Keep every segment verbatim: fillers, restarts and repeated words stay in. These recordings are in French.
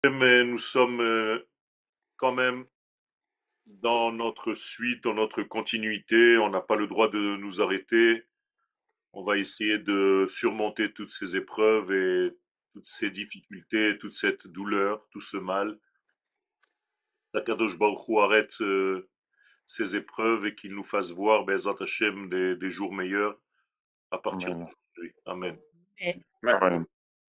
Mais nous sommes euh, quand même dans notre suite, dans notre continuité. On n'a pas le droit de nous arrêter. On va essayer de surmonter toutes ces épreuves et toutes ces difficultés, toute cette douleur, tout ce mal. Qu'Akadosh Baruch Hu arrête euh, ces épreuves et qu'il nous fasse voir Be'ezrat Hashem, des, des jours meilleurs à partir Amen. d'aujourd'hui. Amen. Et- Amen.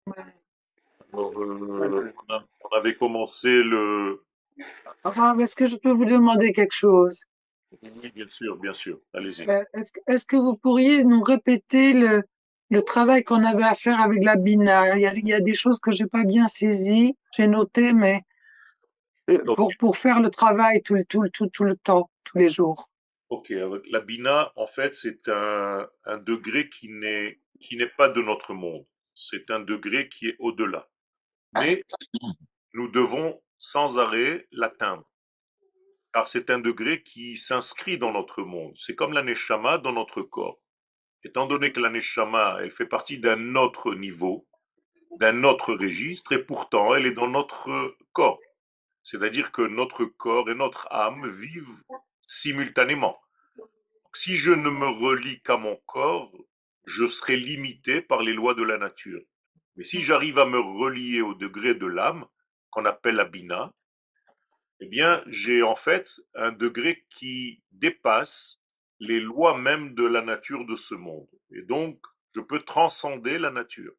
Alors, euh, on a- on avait commencé le... Enfin, est-ce que je peux vous demander quelque chose? Oui, bien sûr, bien sûr. Allez-y. Euh, Est-ce, que est-ce que vous pourriez nous répéter le, le travail qu'on avait à faire avec la bina? Il y a, il y a des choses que j'ai pas bien saisies, j'ai noté, mais euh, Ok. pour, pour faire le travail tout, le- tout, le- tout, tout le temps, tous les jours. Ok, avec la Bina, en fait, c'est un, un degré qui n'est qui n'est pas de notre monde. C'est un degré qui est au-delà. Mais nous devons sans arrêt l'atteindre. Car c'est un degré qui s'inscrit dans notre monde. C'est comme la Neshama dans notre corps. Étant donné que la Neshama, elle fait partie d'un autre niveau, d'un autre registre, et pourtant elle est dans notre corps. C'est-à-dire que notre corps et notre âme vivent simultanément. Si je ne me relie qu'à mon corps, je serai limité par les lois de la nature. Mais si j'arrive à me relier au degré de l'âme, qu'on appelle la bina, eh bien, j'ai en fait un degré qui dépasse les lois même de la nature de ce monde. Et donc, je peux transcender la nature.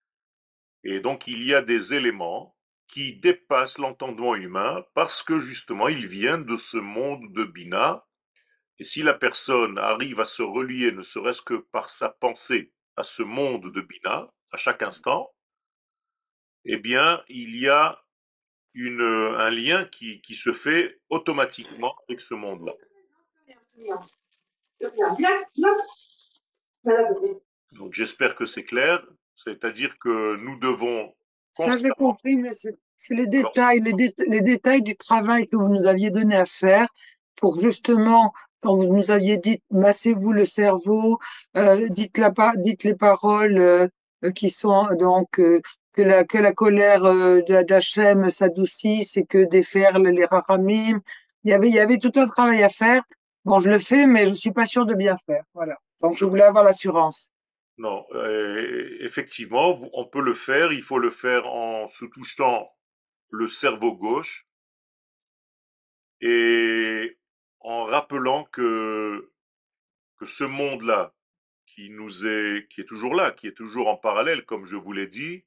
Et donc, il y a des éléments qui dépassent l'entendement humain parce que justement, ils viennent de ce monde de bina. Et si la personne arrive à se relier, ne serait-ce que par sa pensée, à ce monde de Bina, à chaque instant, eh bien, il y a une, un lien qui, qui se fait automatiquement avec ce monde-là. Donc, j'espère que c'est clair. C'est-à-dire que nous devons Ça, j'ai constamment. compris, mais c'est, c'est les Alors, détails, les, dé- les détails du travail que vous nous aviez donné à faire pour justement, quand vous nous aviez dit, massez-vous le cerveau, euh, dites la, pa- dites les paroles euh, euh, qui sont donc euh, que la que la colère euh, d'Ha- d'Hachem s'adoucisse et que défaire les rachamim. Il y avait il y avait tout un travail à faire. Bon, je le fais, mais je suis pas sûre de bien faire. Voilà. Donc, je voulais avoir l'assurance. non, euh, effectivement, vous- on peut le faire. Il faut le faire en se touchant le cerveau gauche et en rappelant que, que ce monde-là, qui nous est, qui est toujours là, qui est toujours en parallèle, comme je vous l'ai dit,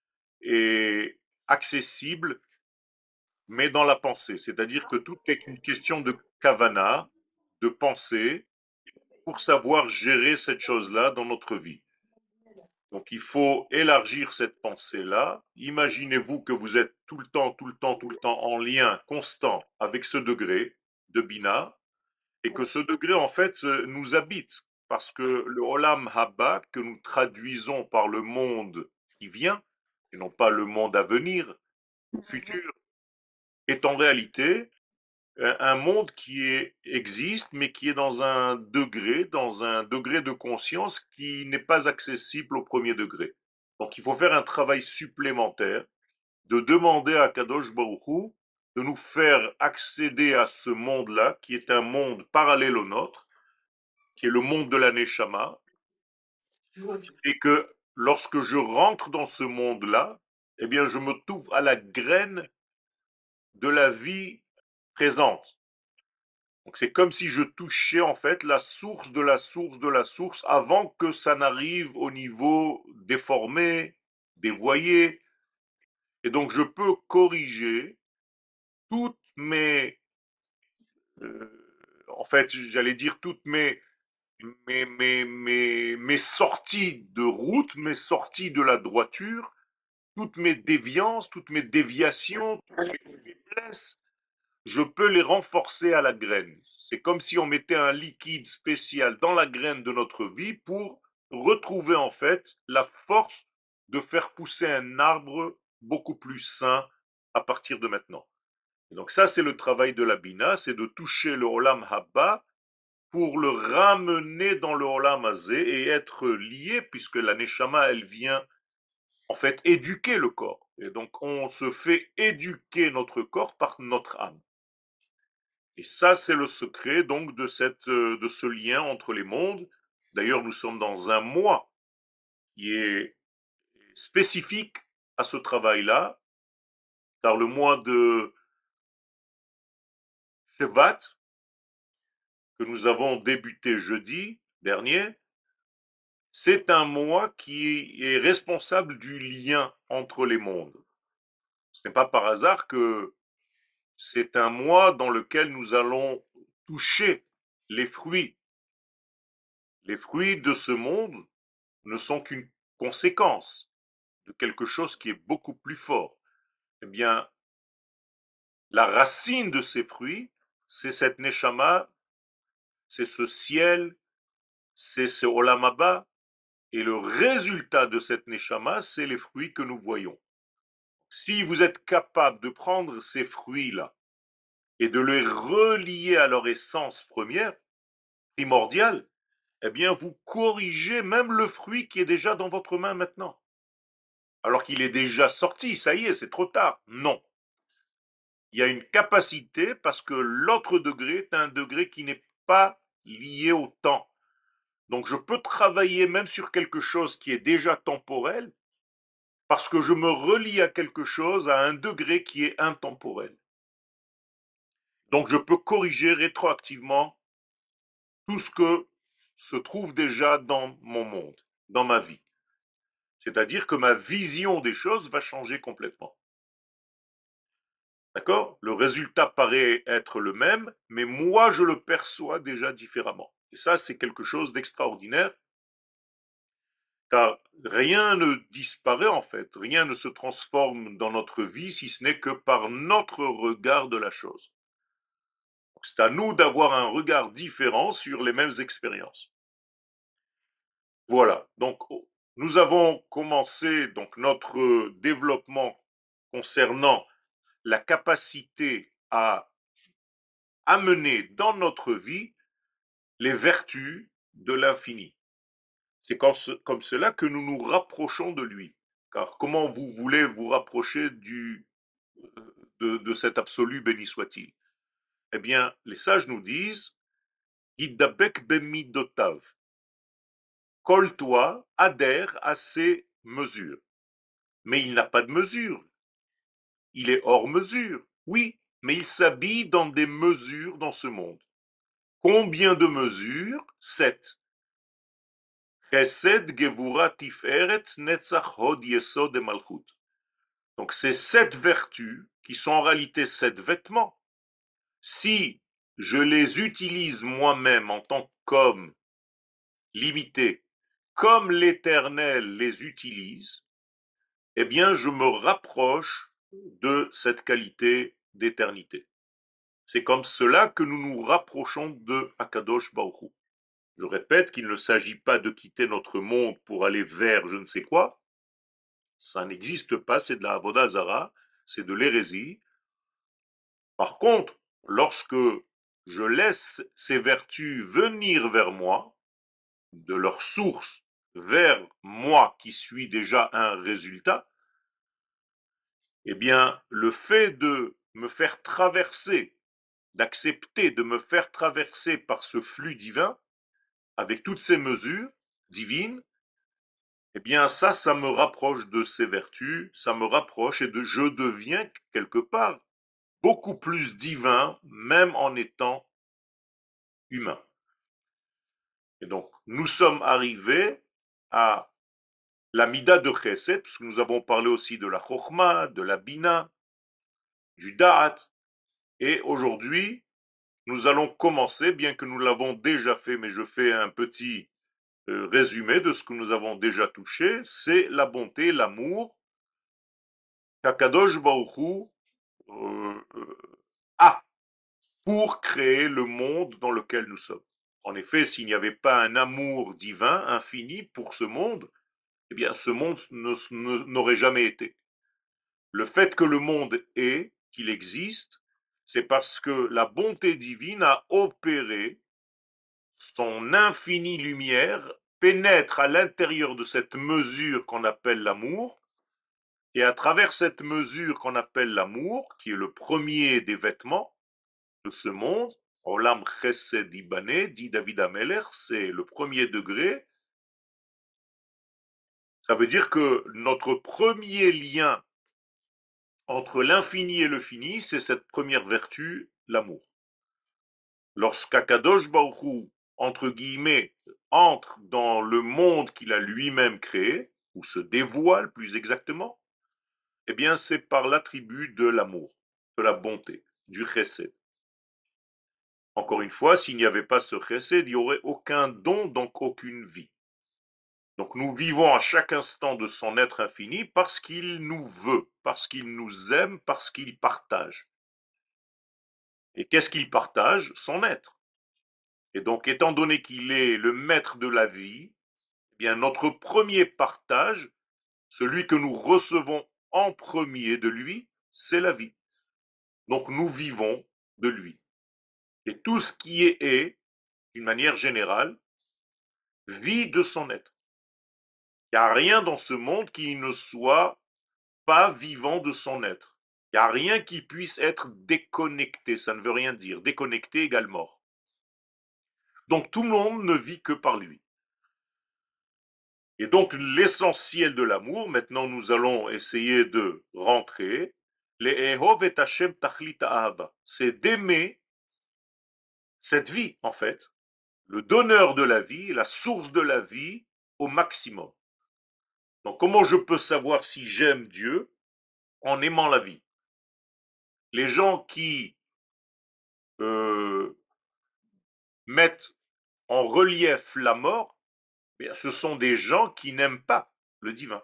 est accessible, mais dans la pensée. C'est-à-dire que tout est une question de kavana, de pensée, pour savoir gérer cette chose-là dans notre vie. Donc il faut élargir cette pensée-là. Imaginez-vous que vous êtes tout le temps, tout le temps, tout le temps en lien constant avec ce degré de Bina, et que ce degré, en fait, euh, nous habite. Parce que le Olam Haba, que nous traduisons par le monde qui vient, et non pas le monde à venir, futur, est en réalité euh, un monde qui est- existe, mais qui est dans un degré, dans un degré de conscience qui n'est pas accessible au premier degré. Donc il faut faire un travail supplémentaire de demander à Kadosh Baruch Hu de nous faire accéder à ce monde-là, qui est un monde parallèle au nôtre, qui est le monde de la Neshama, et que lorsque je rentre dans ce monde-là, eh bien, je me trouve à la graine de la vie présente. Donc, c'est comme si je touchais en fait la source de la source de la source avant que ça n'arrive au niveau déformé, dévoyé. Et donc, je peux corriger toutes mes, euh, en fait, j'allais dire toutes mes mes, mes, mes, mes sorties de route, mes sorties de la droiture, toutes mes déviances, toutes mes déviations, toutes mes faiblesses, je peux les renforcer à la graine. C'est comme si on mettait un liquide spécial dans la graine de notre vie pour retrouver en fait la force de faire pousser un arbre beaucoup plus sain à partir de maintenant. Et donc ça, c'est le travail de la Bina, c'est de toucher le Olam Habba pour le ramener dans le Olam Hazé et être lié, puisque la Neshama, elle vient en fait éduquer le corps. Et donc, on se fait éduquer notre corps par notre âme. Et ça, c'est le secret donc de, cette, euh, de ce lien entre les mondes. D'ailleurs, nous sommes dans un mois qui est spécifique à ce travail-là, car le mois de Shevat, que nous avons débuté jeudi dernier, c'est un mois qui est responsable du lien entre les mondes. Ce n'est pas par hasard que c'est un mois dans lequel nous allons toucher les fruits. Les fruits de ce monde ne sont qu'une conséquence de quelque chose qui est beaucoup plus fort. Eh bien, la racine de ces fruits, c'est cette neshama, c'est ce ciel, c'est ce olam haba, et le résultat de cette neshama, c'est les fruits que nous voyons. Si vous êtes capable de prendre ces fruits-là et de les relier à leur essence première, primordiale, eh bien, vous corrigez même le fruit qui est déjà dans votre main maintenant. Alors qu'il est déjà sorti, ça y est, c'est trop tard. Non. Il y a une capacité parce que l'autre degré est un degré qui n'est pas lié au temps. Donc je peux travailler même sur quelque chose qui est déjà temporel parce que je me relie à quelque chose à un degré qui est intemporel. Donc je peux corriger rétroactivement tout ce que se trouve déjà dans mon monde, dans ma vie. C'est-à-dire que ma vision des choses va changer complètement. D'accord? Le résultat paraît être le même, mais moi je le perçois déjà différemment. Et ça, c'est quelque chose d'extraordinaire, car rien ne disparaît en fait, rien ne se transforme dans notre vie si ce n'est que par notre regard de la chose. C'est à nous d'avoir un regard différent sur les mêmes expériences. Voilà, donc oh, nous avons commencé donc notre développement concernant la capacité à amener dans notre vie les vertus de l'infini. C'est comme, ce- comme cela que nous nous rapprochons de lui. Car comment vous voulez vous rapprocher du, de, de cet absolu béni soit-il? Eh bien, les sages nous disent, Iddabek bemidotav, colle-toi, adhère à ses mesures. Mais il n'a pas de mesure. Il est hors mesure. Oui, mais il s'habille dans des mesures dans ce monde. Combien de mesures? Sept. Chesed, Gevura, Tiferet, Netzach, Hod, Yesod et Malchut. Donc ces sept vertus, qui sont en réalité sept vêtements, si je les utilise moi-même en tant qu'homme limité, comme l'Éternel les utilise, eh bien je me rapproche de cette qualité d'éternité. C'est comme cela que nous nous rapprochons de Akadosh Baruch Hu. Je répète qu'il ne s'agit pas de quitter notre monde pour aller vers je ne sais quoi. Ça n'existe pas, c'est de la Avodah Zara, c'est de l'hérésie. Par contre, lorsque je laisse ces vertus venir vers moi, de leur source vers moi qui suis déjà un résultat, eh bien, le fait de me faire traverser, d'accepter de me faire traverser par ce flux divin, avec toutes ces mesures divines, eh bien ça, ça me rapproche de ces vertus, ça me rapproche et de, je deviens quelque part beaucoup plus divin, même en étant humain. Et donc, nous sommes arrivés à la mida de Chesed, parce que nous avons parlé aussi de la Chokhmah, de la Bina, du Da'at, et aujourd'hui, nous allons commencer, bien que nous l'avons déjà fait, mais je fais un petit euh, résumé de ce que nous avons déjà touché, c'est la bonté, l'amour qu'Akadosh Baruch Hu euh, euh, a pour créer le monde dans lequel nous sommes. En effet, s'il n'y avait pas un amour divin infini pour ce monde, eh bien ce monde ne- ne- n'aurait jamais été. Le fait que le monde est, qu'il existe, c'est parce que la bonté divine a opéré, son infinie lumière pénètre à l'intérieur de cette mesure qu'on appelle l'amour, Et à travers cette mesure qu'on appelle l'amour, qui est le premier des vêtements de ce monde, Olam Chesed Ibané, dit David Ameller, c'est le premier degré. Ça veut dire que notre premier lien entre l'infini et le fini, c'est cette première vertu, l'amour. Lorsqu'Akadosh Baruch Hu, entre guillemets, entre dans le monde qu'il a lui-même créé, ou se dévoile plus exactement, eh bien c'est par l'attribut de l'amour, de la bonté, du chesed. Encore une fois, s'il n'y avait pas ce chesed, il n'y aurait aucun don, donc aucune vie. Donc nous vivons à chaque instant de son être infini parce qu'il nous veut, parce qu'il nous aime, parce qu'il partage. Et qu'est-ce qu'il partage? Son être. Et donc, étant donné qu'il est le maître de la vie, eh bien notre premier partage, celui que nous recevons en premier de lui, c'est la vie. Donc nous vivons de lui. Et tout ce qui est est, d'une manière générale, vit de son être. Il n'y a rien dans ce monde qui ne soit pas vivant de son être. Il n'y a rien qui puisse être déconnecté. Ça ne veut rien dire. Déconnecté égale mort. Donc tout le monde ne vit que par lui. Et donc l'essentiel de l'amour, maintenant nous allons essayer de rentrer, c'est d'aimer cette vie en fait, le donneur de la vie, la source de la vie au maximum. Donc comment je peux savoir si j'aime Dieu? En aimant la vie. Les gens qui euh, mettent en relief la mort, bien, ce sont des gens qui n'aiment pas le divin.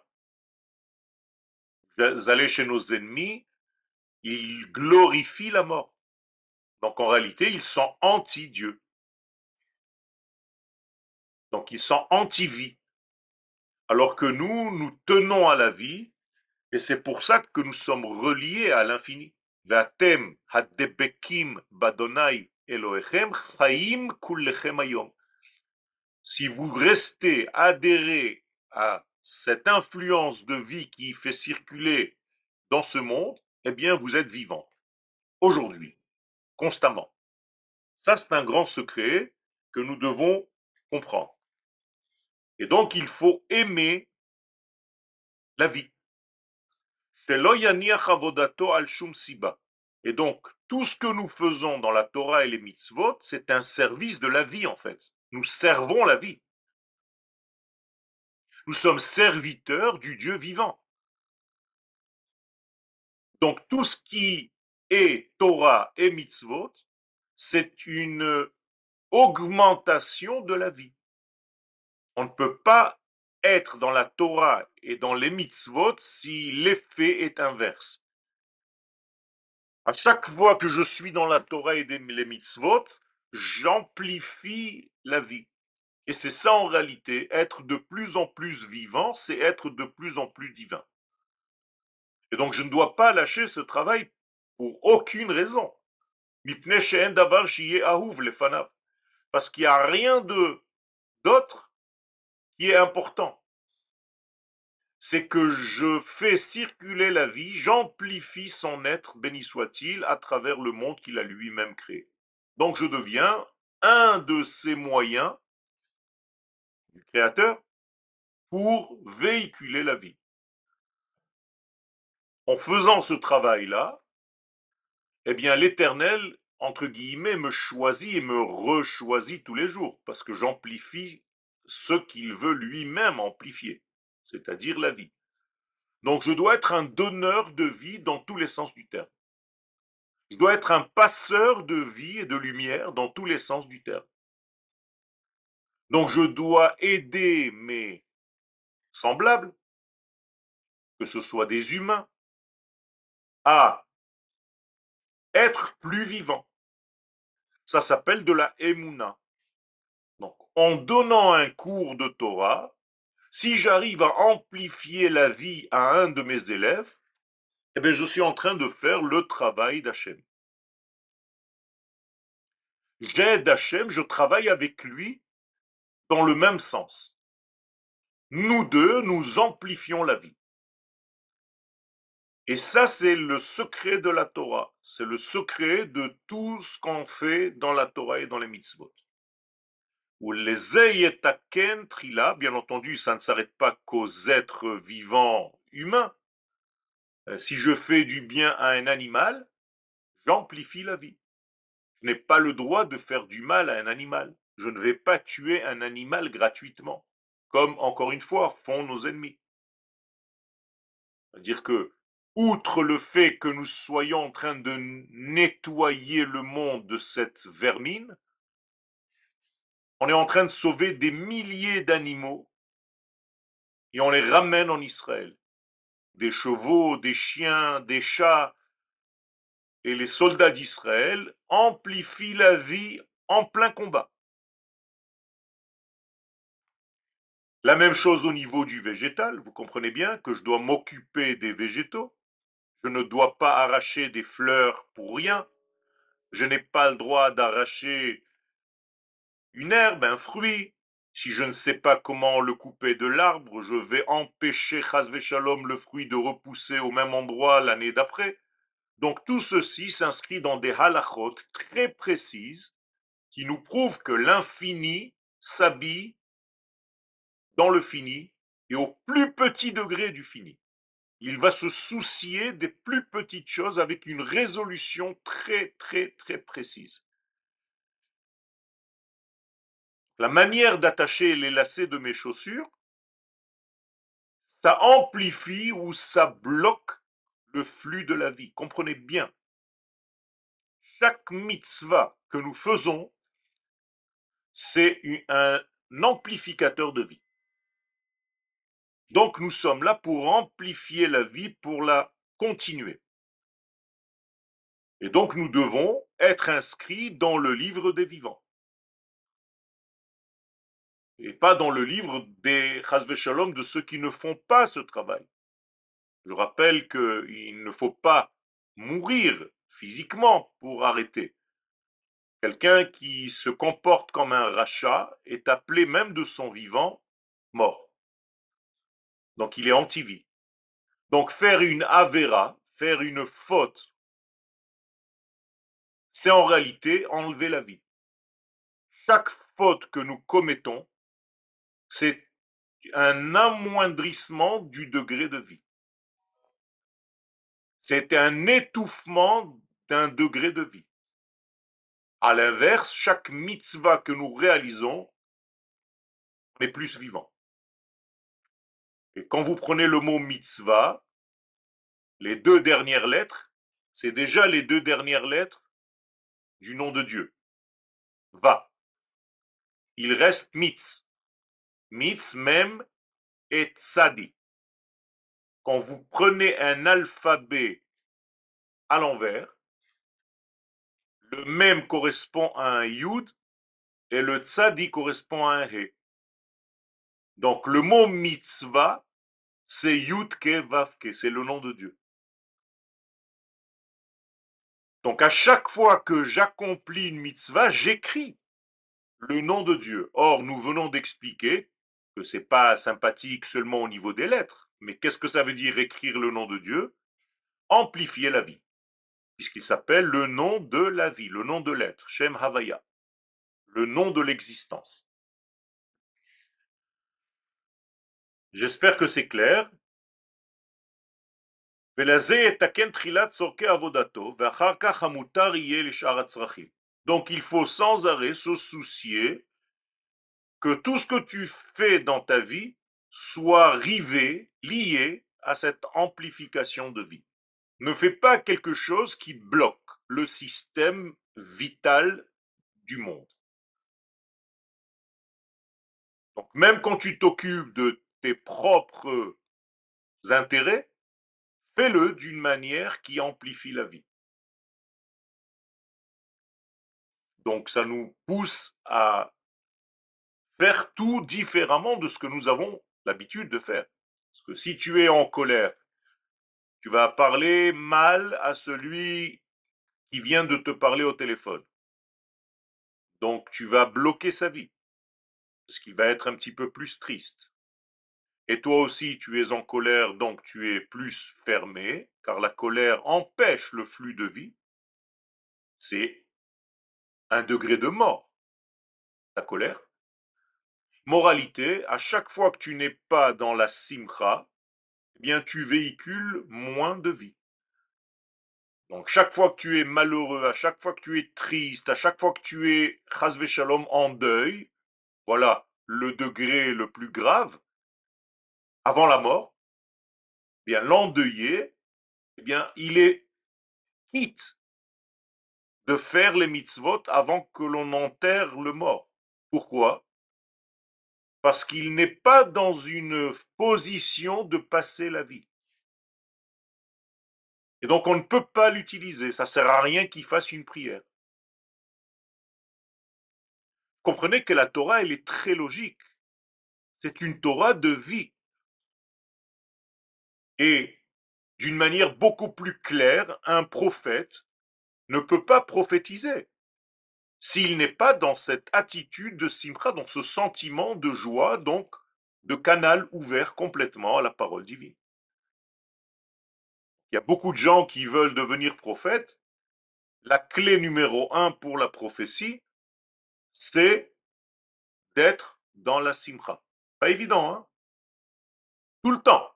Vous allez chez nos ennemis, ils glorifient la mort. Donc en réalité, ils sont anti-Dieu. Donc ils sont anti-vie. Alors que nous, nous tenons à la vie, et c'est pour ça que nous sommes reliés à l'infini. Vatem hadebekim badonai Elohechem chaim kullechem hayom. Si vous restez adhérés à cette influence de vie qui fait circuler dans ce monde, eh bien vous êtes vivants. Aujourd'hui, constamment. Ça, c'est un grand secret que nous devons comprendre. Et donc, il faut aimer la vie. Et donc, tout ce que nous faisons dans la Torah et les mitzvot, c'est un service de la vie, en fait. Nous servons la vie. Nous sommes serviteurs du Dieu vivant. Donc, tout ce qui est Torah et mitzvot, c'est une augmentation de la vie. On ne peut pas être dans la Torah et dans les mitzvot si l'effet est inverse. À chaque fois que je suis dans la Torah et les mitzvot, j'amplifie la vie. Et c'est ça en réalité, être de plus en plus vivant, c'est être de plus en plus divin. Et donc je ne dois pas lâcher ce travail pour aucune raison. Parce qu'il n'y a rien de d'autre qui est important. C'est que je fais circuler la vie, j'amplifie son être, béni soit-il, à travers le monde qu'il a lui-même créé. Donc je deviens un de ces moyens du Créateur pour véhiculer la vie. En faisant ce travail-là, eh bien l'Éternel, entre guillemets, me choisit et me rechoisit tous les jours, parce que j'amplifie ce qu'il veut lui-même amplifier, c'est-à-dire la vie. Donc je dois être un donneur de vie dans tous les sens du terme. Je dois être un passeur de vie et de lumière dans tous les sens du terme. Donc je dois aider mes semblables, que ce soit des humains, à être plus vivants. Ça s'appelle de la Emouna. Donc, en donnant un cours de Torah, si j'arrive à amplifier la vie à un de mes élèves, eh bien, je suis en train de faire le travail d'Hachem. J'aide Hachem, je travaille avec lui dans le même sens. Nous deux, nous amplifions la vie. Et ça, c'est le secret de la Torah. C'est le secret de tout ce qu'on fait dans la Torah et dans les mitzvot. Ou les eyetaken trila, bien entendu, ça ne s'arrête pas qu'aux êtres vivants humains. Euh, Si je fais du bien à un animal, j'amplifie la vie. Je n'ai pas le droit de faire du mal à un animal. Je ne vais pas tuer un animal gratuitement, comme, encore une fois, font nos ennemis. C'est-à-dire que, outre le fait que nous soyons en train de nettoyer le monde de cette vermine, on est en train de sauver des milliers d'animaux et on les ramène en Israël. Des chevaux, des chiens, des chats, et les soldats d'Israël amplifient la vie en plein combat. La même chose au niveau du végétal, vous comprenez bien que je dois m'occuper des végétaux, je ne dois pas arracher des fleurs pour rien, je n'ai pas le droit d'arracher une herbe, un fruit. Si je ne sais pas comment le couper de l'arbre, je vais empêcher Chazvé Shalom le fruit de repousser au même endroit l'année d'après. Donc tout ceci s'inscrit dans des halachot très précises qui nous prouvent que l'infini s'habille dans le fini et au plus petit degré du fini. Il va se soucier des plus petites choses avec une résolution très très très précise. La manière d'attacher les lacets de mes chaussures, ça amplifie ou ça bloque le flux de la vie. Comprenez bien, chaque mitzvah que nous faisons, c'est un amplificateur de vie. Donc nous sommes là pour amplifier la vie, pour la continuer. Et donc nous devons être inscrits dans le livre des vivants. Et pas dans le livre des Chasve Shalom de ceux qui ne font pas ce travail. Je rappelle qu'il ne faut pas mourir physiquement pour arrêter. Quelqu'un qui se comporte comme un rachat est appelé même de son vivant mort. Donc il est anti-vie. Donc faire une avéra, faire une faute, c'est en réalité enlever la vie. Chaque faute que nous commettons, c'est un amoindrissement du degré de vie. C'est un étouffement d'un degré de vie. À l'inverse, chaque mitzvah que nous réalisons, on est plus vivant. Et quand vous prenez le mot mitzvah, les deux dernières lettres, c'est déjà les deux dernières lettres du nom de Dieu. Va. Il reste mitz. Mitz même et tzadi. Quand vous prenez un alphabet à l'envers, le même correspond à un yud et le tzadi correspond à un he. Donc le mot mitzvah, c'est yud ke vav ke, c'est le nom de Dieu. Donc à chaque fois que j'accomplis une mitzvah, j'écris le nom de Dieu. Or, nous venons d'expliquer que c'est pas sympathique seulement au niveau des lettres, mais qu'est-ce que ça veut dire écrire le nom de Dieu? Amplifier la vie, puisqu'il s'appelle le nom de la vie, le nom de l'être, Shem Havaya, le nom de l'existence. J'espère que c'est clair. Donc il faut sans arrêt se soucier que tout ce que tu fais dans ta vie soit rivé, lié à cette amplification de vie. Ne fais pas quelque chose qui bloque le système vital du monde. Donc même quand tu t'occupes de tes propres intérêts, fais-le d'une manière qui amplifie la vie. Donc ça nous pousse à faire tout différemment de ce que nous avons l'habitude de faire. Parce que si tu es en colère, tu vas parler mal à celui qui vient de te parler au téléphone. Donc tu vas bloquer sa vie, parce qu'il va être un petit peu plus triste. Et toi aussi, tu es en colère, donc tu es plus fermé, car la colère empêche le flux de vie. C'est un degré de mort, la colère. Moralité, à chaque fois que tu n'es pas dans la simcha, eh bien tu véhicules moins de vie. Donc chaque fois que tu es malheureux, à chaque fois que tu es triste, à chaque fois que tu es chas shalom en deuil, voilà le degré le plus grave, avant la mort, eh bien l'endeuillé, eh bien il est quitte de faire les mitzvot avant que l'on enterre le mort. Pourquoi? Parce qu'il n'est pas dans une position de passer la vie. Et donc on ne peut pas l'utiliser. Ça ne sert à rien qu'il fasse une prière. Comprenez que la Torah, elle est très logique. C'est une Torah de vie. Et d'une manière beaucoup plus claire, un prophète ne peut pas prophétiser s'il n'est pas dans cette attitude de simcha, dans ce sentiment de joie, donc de canal ouvert complètement à la parole divine. Il y a beaucoup de gens qui veulent devenir prophètes. La clé numéro un pour la prophétie, c'est d'être dans la simcha. Pas évident, hein? Tout le temps.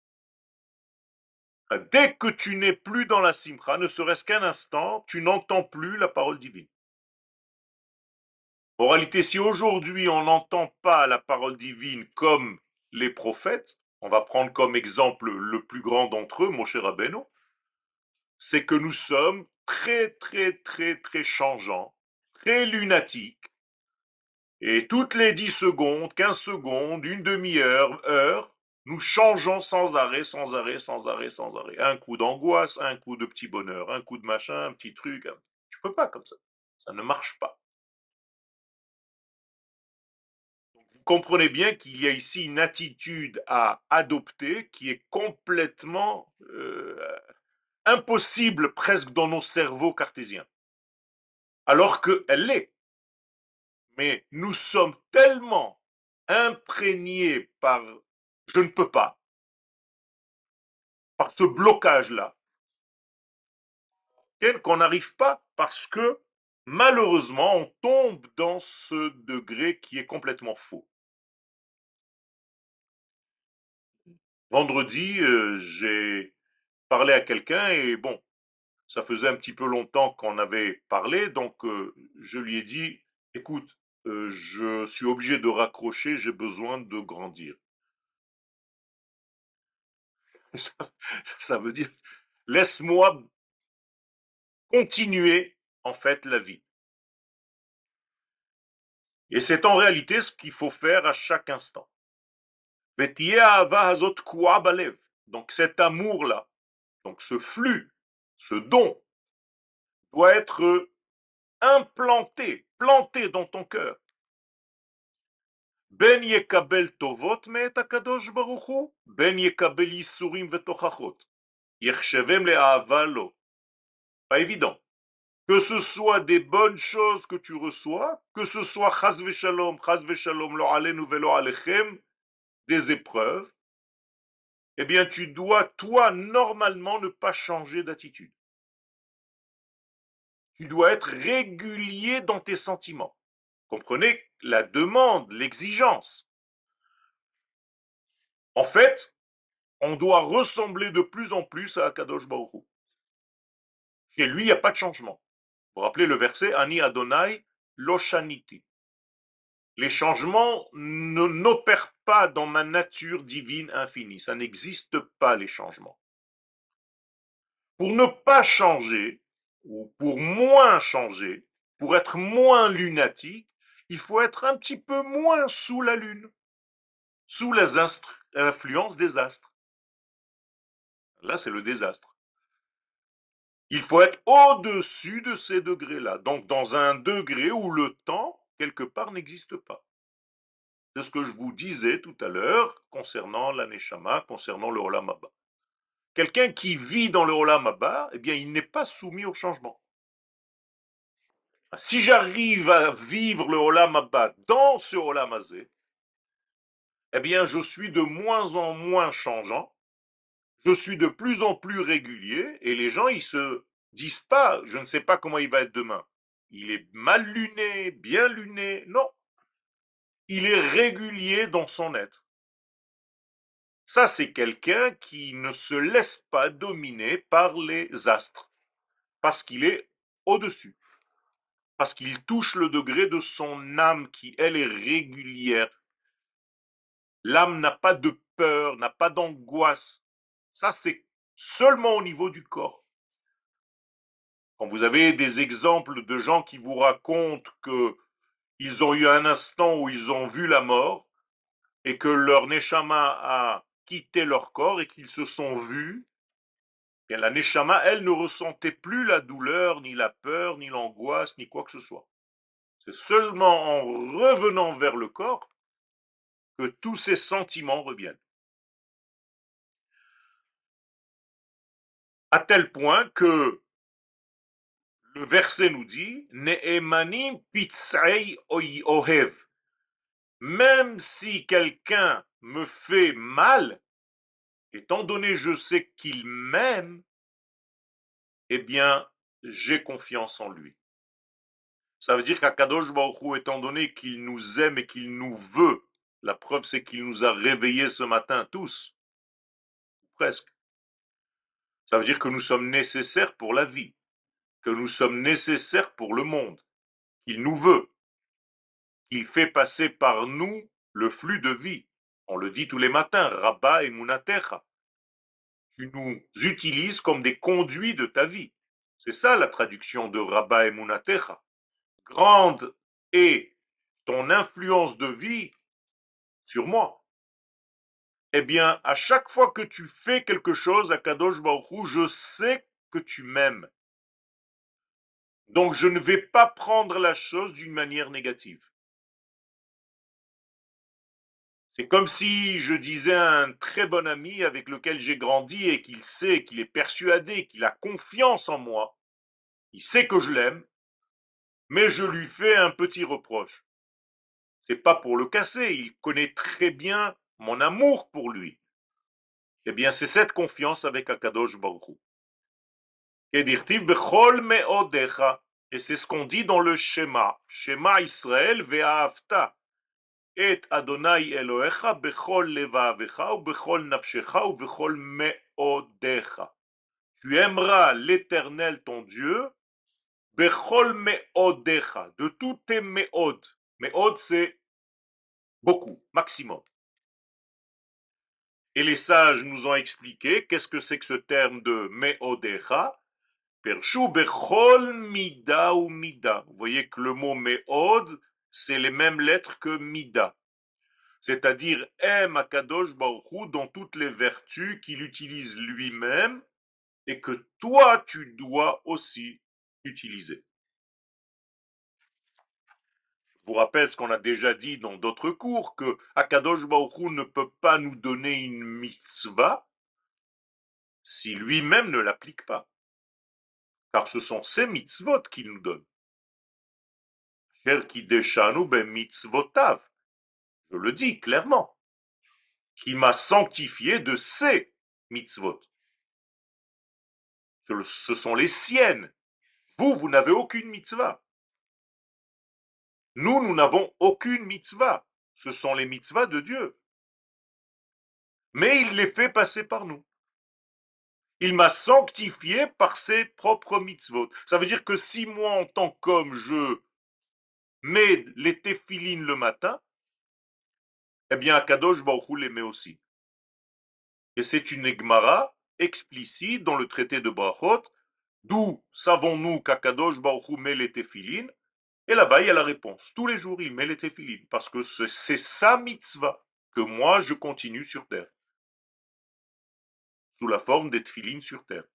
Dès que tu n'es plus dans la simcha, ne serait-ce qu'un instant, tu n'entends plus la parole divine. En réalité, si aujourd'hui on n'entend pas la parole divine comme les prophètes, on va prendre comme exemple le plus grand d'entre eux, Moshe Rabbeinu, c'est que nous sommes très très très très changeants, très lunatiques, et toutes les dix secondes, quinze secondes, une demi-heure, heure, nous changeons sans arrêt, sans arrêt, sans arrêt, sans arrêt. Un coup d'angoisse, un coup de petit bonheur, un coup de machin, un petit truc. Tu peux pas comme ça. Ça ne marche pas. Vous comprenez bien qu'il y a ici une attitude à adopter qui est complètement euh, impossible presque dans nos cerveaux cartésiens. Alors qu'elle l'est. Mais nous sommes tellement imprégnés par je ne peux pas, par ce blocage-là, qu'on n'arrive pas parce que malheureusement on tombe dans ce degré qui est complètement faux. Vendredi, euh, j'ai parlé à quelqu'un et bon, ça faisait un petit peu longtemps qu'on avait parlé, donc euh, je lui ai dit, écoute, euh, je suis obligé de raccrocher, j'ai besoin de grandir. Ça, ça veut dire, laisse-moi continuer en fait la vie. Et c'est en réalité ce qu'il faut faire à chaque instant. Donc cet amour-là, donc ce flux, ce don, doit être implanté, planté dans ton cœur. Ben yekabel tovot me'et hakadosh baruch hu, ben yekabel yisurim vetochachot. Yechshevem le'ahava lo. Pas évident. Que ce soit des bonnes choses que tu reçois, que ce soit chas v'shalom, chas v'shalom lo alenu velo alechem, des épreuves, eh bien tu dois, toi, normalement, ne pas changer d'attitude. Tu dois être régulier dans tes sentiments. Comprenez la demande, l'exigence. En fait, on doit ressembler de plus en plus à Akadosh Baruch Hu. Chez lui, il n'y a pas de changement. Vous vous rappelez le verset Ani Adonai Loshaniti. Les changements n'opèrent pas dans ma nature divine infinie. Ça n'existe pas, les changements. Pour ne pas changer, ou pour moins changer, pour être moins lunatique, il faut être un petit peu moins sous la lune, sous les influences des astres. Là, c'est le désastre. Il faut être au-dessus de ces degrés-là, donc dans un degré où le temps, quelque part, n'existe pas. C'est ce que je vous disais tout à l'heure concernant l'aneshama, concernant le Olam Haba. Quelqu'un qui vit dans le Olam Haba, eh bien, il n'est pas soumis au changement. Si j'arrive à vivre le Olam Haba dans ce Olam Hazé, eh bien, je suis de moins en moins changeant, je suis de plus en plus régulier, et les gens, ils se disent pas, je ne sais pas comment il va être demain. Il est mal luné, bien luné. Non, il est régulier dans son être. Ça, c'est quelqu'un qui ne se laisse pas dominer par les astres, parce qu'il est au-dessus, parce qu'il touche le degré de son âme qui, elle, est régulière. L'âme n'a pas de peur, n'a pas d'angoisse. Ça, c'est seulement au niveau du corps. Quand vous avez des exemples de gens qui vous racontent qu'ils ont eu un instant où ils ont vu la mort et que leur neshama a quitté leur corps et qu'ils se sont vus, bien la neshama, elle, ne ressentait plus la douleur, ni la peur, ni l'angoisse, ni quoi que ce soit. C'est seulement en revenant vers le corps que tous ces sentiments reviennent. À tel point que le verset nous dit Ne'emanim pitzei ohev. Même si quelqu'un me fait mal, étant donné je sais qu'il m'aime, eh bien, j'ai confiance en lui. Ça veut dire qu'Akadosh Baruch Hu, étant donné qu'il nous aime et qu'il nous veut, la preuve c'est qu'il nous a réveillés ce matin tous, presque. Ça veut dire que nous sommes nécessaires pour la vie, que nous sommes nécessaires pour le monde, qu'il nous veut, qu'il fait passer par nous le flux de vie. On le dit tous les matins, Rabba et Munatecha. Tu nous utilises comme des conduits de ta vie. C'est ça la traduction de Rabba et Munatecha. Grande est ton influence de vie sur moi. Eh bien, à chaque fois que tu fais quelque chose à Kadosh Baruch Hu, je sais que tu m'aimes. Donc, je ne vais pas prendre la chose d'une manière négative. C'est comme si je disais à un très bon ami avec lequel j'ai grandi et qu'il sait, qu'il est persuadé, qu'il a confiance en moi, il sait que je l'aime, mais je lui fais un petit reproche. C'est pas pour le casser, il connaît très bien mon amour pour lui. Eh bien, c'est cette confiance avec Akadosh Baruch Hu. Et dirtiv bechol meodecha. Et c'est ce qu'on dit dans le schéma. Schéma Israël ve'ahavta. Et Adonai Elohecha bechol levavecha ou bechol nafshecha ou bechol meodecha. Tu aimeras l'Éternel ton Dieu bechol meodecha, de tous tes meod. Meod, c'est beaucoup, maximum. Et les sages nous ont expliqué qu'est-ce que c'est que ce terme de meodecha. Pershu bechol mida ou mida. Vous voyez que le mot meod, c'est les mêmes lettres que mida. C'est-à-dire aime Akadosh Baruch Hu dans toutes les vertus qu'il utilise lui-même et que toi tu dois aussi utiliser. Je vous rappelle ce qu'on a déjà dit dans d'autres cours, que Akadosh Baruch Hu ne peut pas nous donner une mitzvah si lui-même ne l'applique pas. Car ce sont ces mitzvot qu'il nous donne. Cher qui deshanu ben mitzvotav. Je le dis clairement. Qui m'a sanctifié de ces mitzvot. Ce sont les siennes. Vous, vous n'avez aucune mitzvah. Nous, nous n'avons aucune mitzvah. Ce sont les mitzvahs de Dieu. Mais il les fait passer par nous. Il m'a sanctifié par ses propres mitzvot. Ça veut dire que si moi, en tant qu'homme, je mets les téphilines le matin, eh bien, Akadosh Baruch Hu les met aussi. Et c'est une Gemara explicite dans le traité de Brachot, d'où savons-nous qu'Akadosh Baruch Hu met les téphilines. Et là-bas, il y a la réponse. Tous les jours, il met les téphilines, parce que c'est sa mitzvah que moi, je continue sur terre, sous la forme des téphilines sur terre.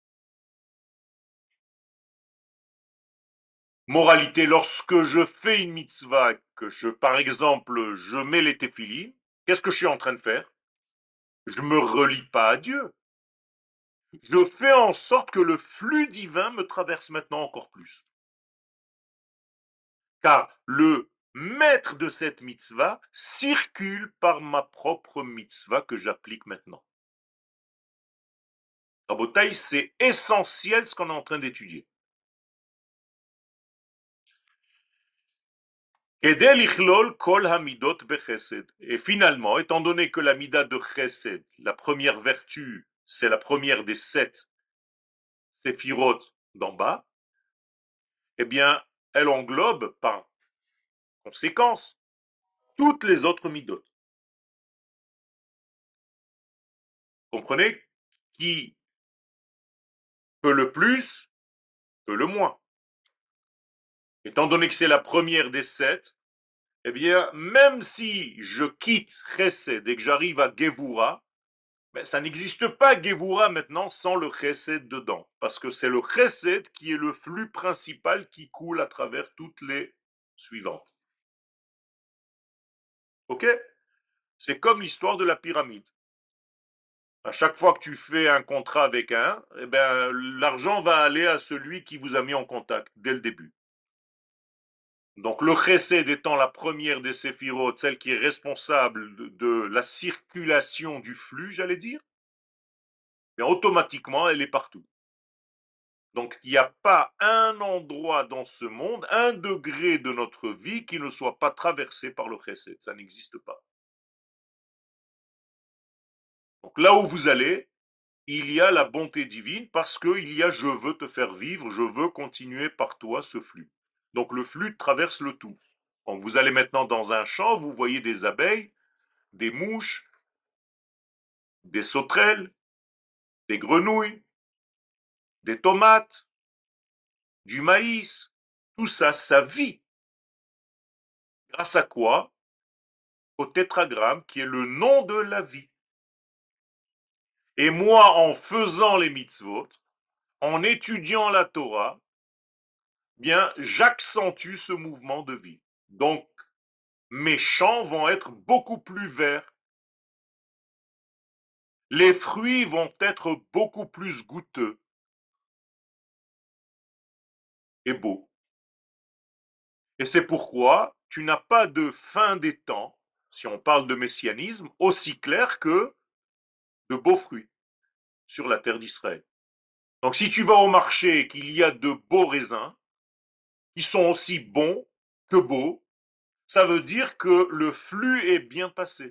Moralité, lorsque je fais une mitzvah, que je, par exemple, je mets les téphilines, qu'est-ce que je suis en train de faire? Je ne me relie pas à Dieu. Je fais en sorte que le flux divin me traverse maintenant encore plus. Car le maître de cette mitzvah, circule par ma propre mitzvah que j'applique maintenant. Rabotai, c'est essentiel ce qu'on est en train d'étudier. Et finalement, étant donné que la mida de chesed, la première vertu, c'est la première des sept séphirot d'en bas, eh bien, elle englobe par conséquence toutes les autres midot. Comprenez? Qui peut le plus, peut le moins. Étant donné que c'est la première des sept, eh bien, même si je quitte chesed et que j'arrive à Gevura, mais ça n'existe pas Gevura maintenant sans le chesed dedans. Parce que c'est le chesed qui est le flux principal qui coule à travers toutes les suivantes. Ok? C'est comme l'histoire de la pyramide. À chaque fois que tu fais un contrat avec un, eh ben, l'argent va aller à celui qui vous a mis en contact dès le début. Donc le chesed étant la première des séphirotes, celle qui est responsable de, de la circulation du flux, j'allais dire, mais automatiquement elle est partout. Donc il n'y a pas un endroit dans ce monde, un degré de notre vie qui ne soit pas traversé par le chesed. Ça n'existe pas. Donc là où vous allez, il y a la bonté divine parce qu'il y a je veux te faire vivre, je veux continuer par toi ce flux. Donc le flux traverse le tout. Quand vous allez maintenant dans un champ, vous voyez des abeilles, des mouches, des sauterelles, des grenouilles, des tomates, du maïs. Tout ça, ça vit. Grâce à quoi? Au tétragramme qui est le nom de la vie. Et moi, en faisant les mitzvot, en étudiant la Torah, bien, j'accentue ce mouvement de vie. Donc, mes champs vont être beaucoup plus verts. Les fruits vont être beaucoup plus goûteux et beaux. Et c'est pourquoi tu n'as pas de fin des temps, si on parle de messianisme, aussi clair que de beaux fruits sur la terre d'Israël. Donc si tu vas au marché et qu'il y a de beaux raisins, qui sont aussi bons que beaux, ça veut dire que le flux est bien passé.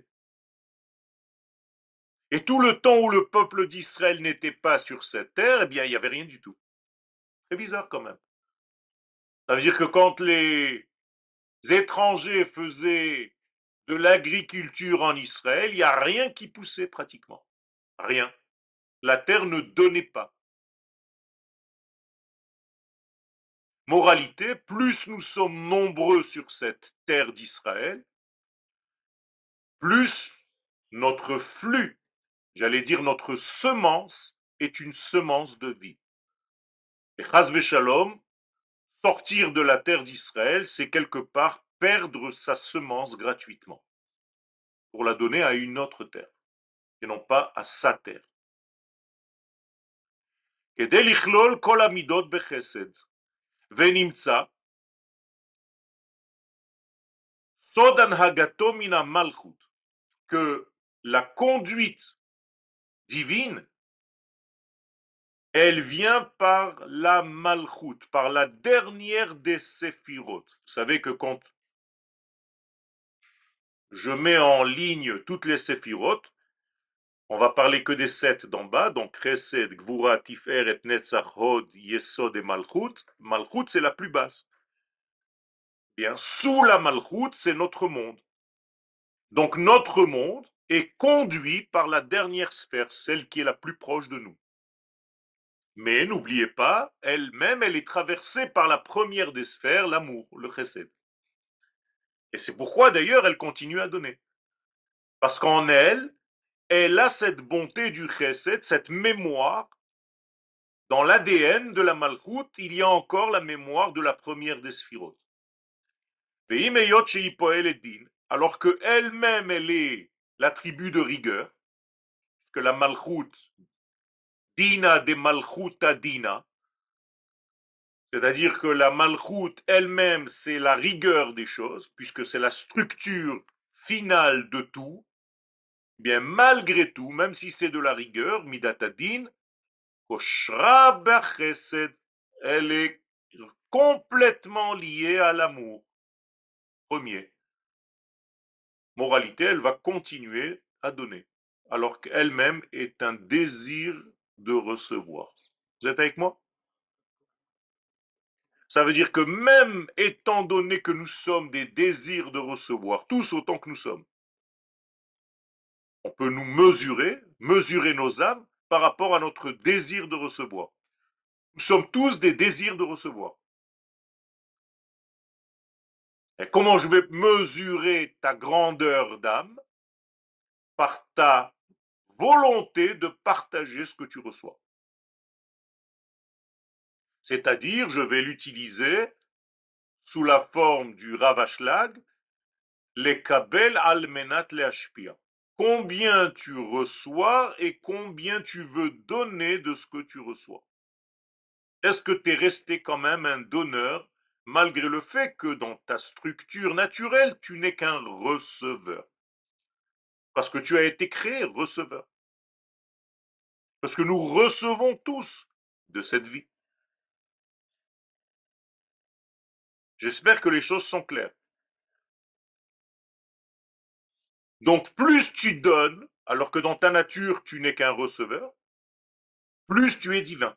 Et tout le temps où le peuple d'Israël n'était pas sur cette terre, eh bien, il n'y avait rien du tout. C'est bizarre quand même. Ça veut dire que quand les étrangers faisaient de l'agriculture en Israël, il n'y a rien qui poussait pratiquement. Rien. La terre ne donnait pas. Moralité, plus nous sommes nombreux sur cette terre d'Israël, plus notre flux, j'allais dire notre semence, est une semence de vie. Et Chas Shalom, sortir de la terre d'Israël, c'est quelque part perdre sa semence gratuitement pour la donner à une autre terre et non pas à sa terre. כדי לכלול כל המידות בחסד, ונמצא סוד הנהגתו מן המלכות, que la conduite divine, elle vient par la malchut, par la dernière des séphirotes. Vous savez que quand je mets en ligne toutes les séphirotes, on va parler que des sept d'en bas, donc Chesed, Gvura, Tiferet, Netzach, Hod, Yesod et Malchut. Malchut, c'est la plus basse. Bien, sous la Malchut, c'est notre monde. Donc notre monde est conduit par la dernière sphère, celle qui est la plus proche de nous. Mais n'oubliez pas, elle-même, elle est traversée par la première des sphères, l'amour, le chesed. Et c'est pourquoi d'ailleurs elle continue à donner. Parce qu'en elle, elle a cette bonté du chesed, cette mémoire. Dans l'A D N de la malchoute, il y a encore la mémoire de la première des sphirotes. Alors qu'elle-même, elle est l'attribut de rigueur, parce que la malchoute, dina de malchuta dina, C'est-à-dire que la malchoute elle-même, c'est la rigueur des choses, puisque c'est la structure finale de tout. Bien, malgré tout, même si c'est de la rigueur, midatadin, koshra bechesed, elle est complètement liée à l'amour. Premier. Moralité, elle va continuer à donner, alors qu'elle-même est un désir de recevoir. Vous êtes avec moi? Ça veut dire que même étant donné que nous sommes des désirs de recevoir, tous autant que nous sommes, on peut nous mesurer, mesurer nos âmes par rapport à notre désir de recevoir. Nous sommes tous des désirs de recevoir. Et comment je vais mesurer ta grandeur d'âme? Par ta volonté de partager ce que tu reçois. C'est-à-dire, je vais l'utiliser sous la forme du Ravashlag, les kabel almenat le hashpia. Combien tu reçois et combien tu veux donner de ce que tu reçois. Est-ce que tu es resté quand même un donneur malgré le fait que dans ta structure naturelle, tu n'es qu'un receveur? Parce que tu as été créé receveur. Parce que nous recevons tous de cette vie. J'espère que les choses sont claires. Donc plus tu donnes, alors que dans ta nature, tu n'es qu'un receveur, plus tu es divin.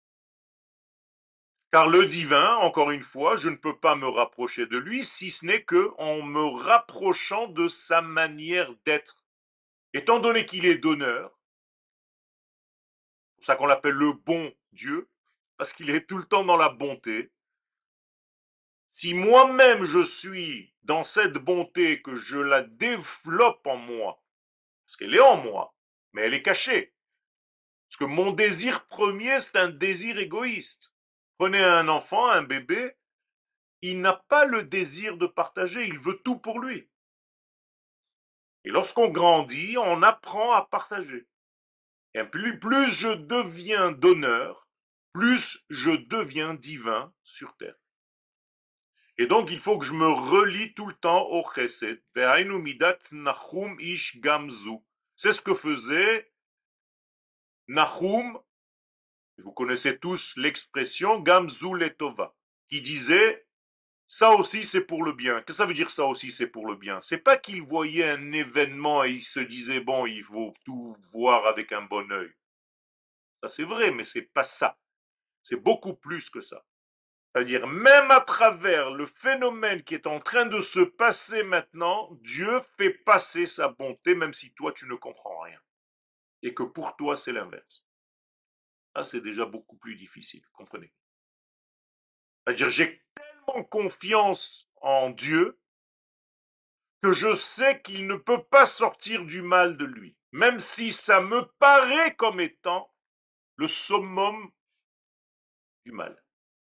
Car le divin, encore une fois, je ne peux pas me rapprocher de lui si ce n'est que en me rapprochant de sa manière d'être. Étant donné qu'il est donneur, c'est pour ça qu'on l'appelle le bon Dieu, parce qu'il est tout le temps dans la bonté. Si moi-même je suis dans cette bonté, que je la développe en moi, parce qu'elle est en moi, mais elle est cachée. Parce que mon désir premier, c'est un désir égoïste. Prenez un enfant, un bébé, il n'a pas le désir de partager, il veut tout pour lui. Et lorsqu'on grandit, on apprend à partager. Et plus, plus je deviens donneur, plus je deviens divin sur terre. Et donc, il faut que je me relie tout le temps au chesed. Ve'ainu midat Nahum ish gamzu. C'est ce que faisait Nahum, vous connaissez tous l'expression gamzu letova, qui disait ça aussi c'est pour le bien. Qu'est-ce que ça veut dire ça aussi c'est pour le bien? C'est pas qu'il voyait un événement et il se disait bon, il faut tout voir avec un bon œil. Ça c'est vrai, mais c'est pas ça. C'est beaucoup plus que ça. C'est-à-dire, même à travers le phénomène qui est en train de se passer maintenant, Dieu fait passer sa bonté, même si toi, tu ne comprends rien. Et que pour toi, c'est l'inverse. Ah, c'est déjà beaucoup plus difficile, comprenez. C'est-à-dire, j'ai tellement confiance en Dieu que je sais qu'il ne peut pas sortir du mal de lui. Même si ça me paraît comme étant le summum du mal.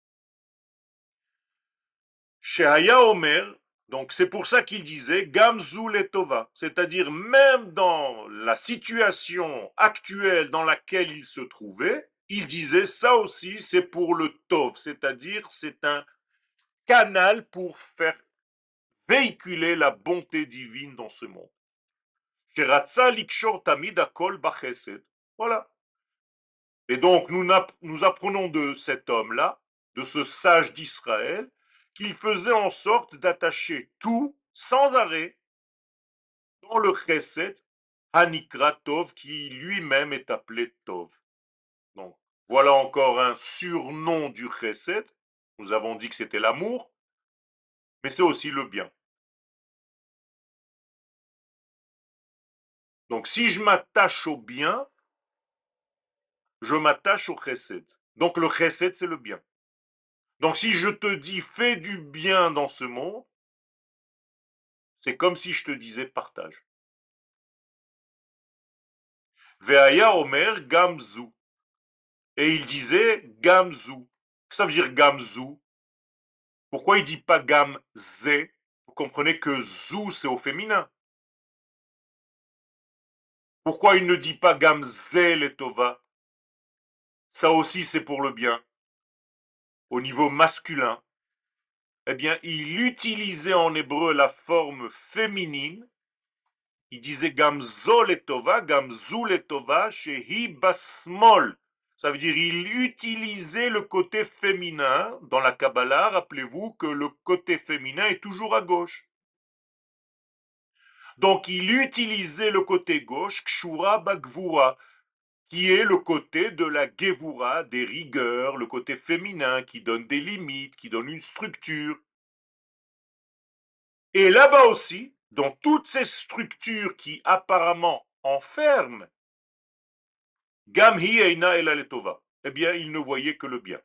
Shehaya Omer, donc c'est pour ça qu'il disait Gamzu letova, c'est-à-dire même dans la situation actuelle dans laquelle il se trouvait, il disait ça aussi c'est pour le tov, c'est-à-dire c'est un canal pour faire véhiculer la bonté divine dans ce monde. Sheratza likshor tamid akol bachesed. Voilà. Et donc nous, nous apprenons de cet homme-là, de ce sage d'Israël, qu'il faisait en sorte d'attacher tout sans arrêt dans le chesed Hanikra Tov, qui lui-même est appelé Tov. Donc voilà encore un surnom du chesed. Nous avons dit que c'était l'amour, mais c'est aussi le bien. Donc si je m'attache au bien, je m'attache au chesed. Donc le chesed, c'est le bien. Donc si je te dis fais du bien dans ce monde, c'est comme si je te disais partage. Veaya Omer Gamzu. Et il disait Gamzu. Ça veut dire Gamzu. Pourquoi il dit pas Gamze? Vous comprenez que Zou, c'est au féminin. Pourquoi il ne dit pas Gamze Letova? Ça aussi, c'est pour le bien. au niveau masculin, eh bien, il utilisait en hébreu la forme féminine. Il disait Gamzo letova, Gamzu letova, shehi basmol. Ça veut dire il utilisait le côté féminin. Dans la Kabbalah, rappelez-vous que le côté féminin est toujours à gauche. Donc il utilisait le côté gauche, kshura bagvura, qui est le côté de la gevura, des rigueurs, le côté féminin qui donne des limites, qui donne une structure. Et là-bas aussi, dans toutes ces structures qui apparemment enferment, Gam hi eina ela letova, eh bien, il ne voyait que le bien.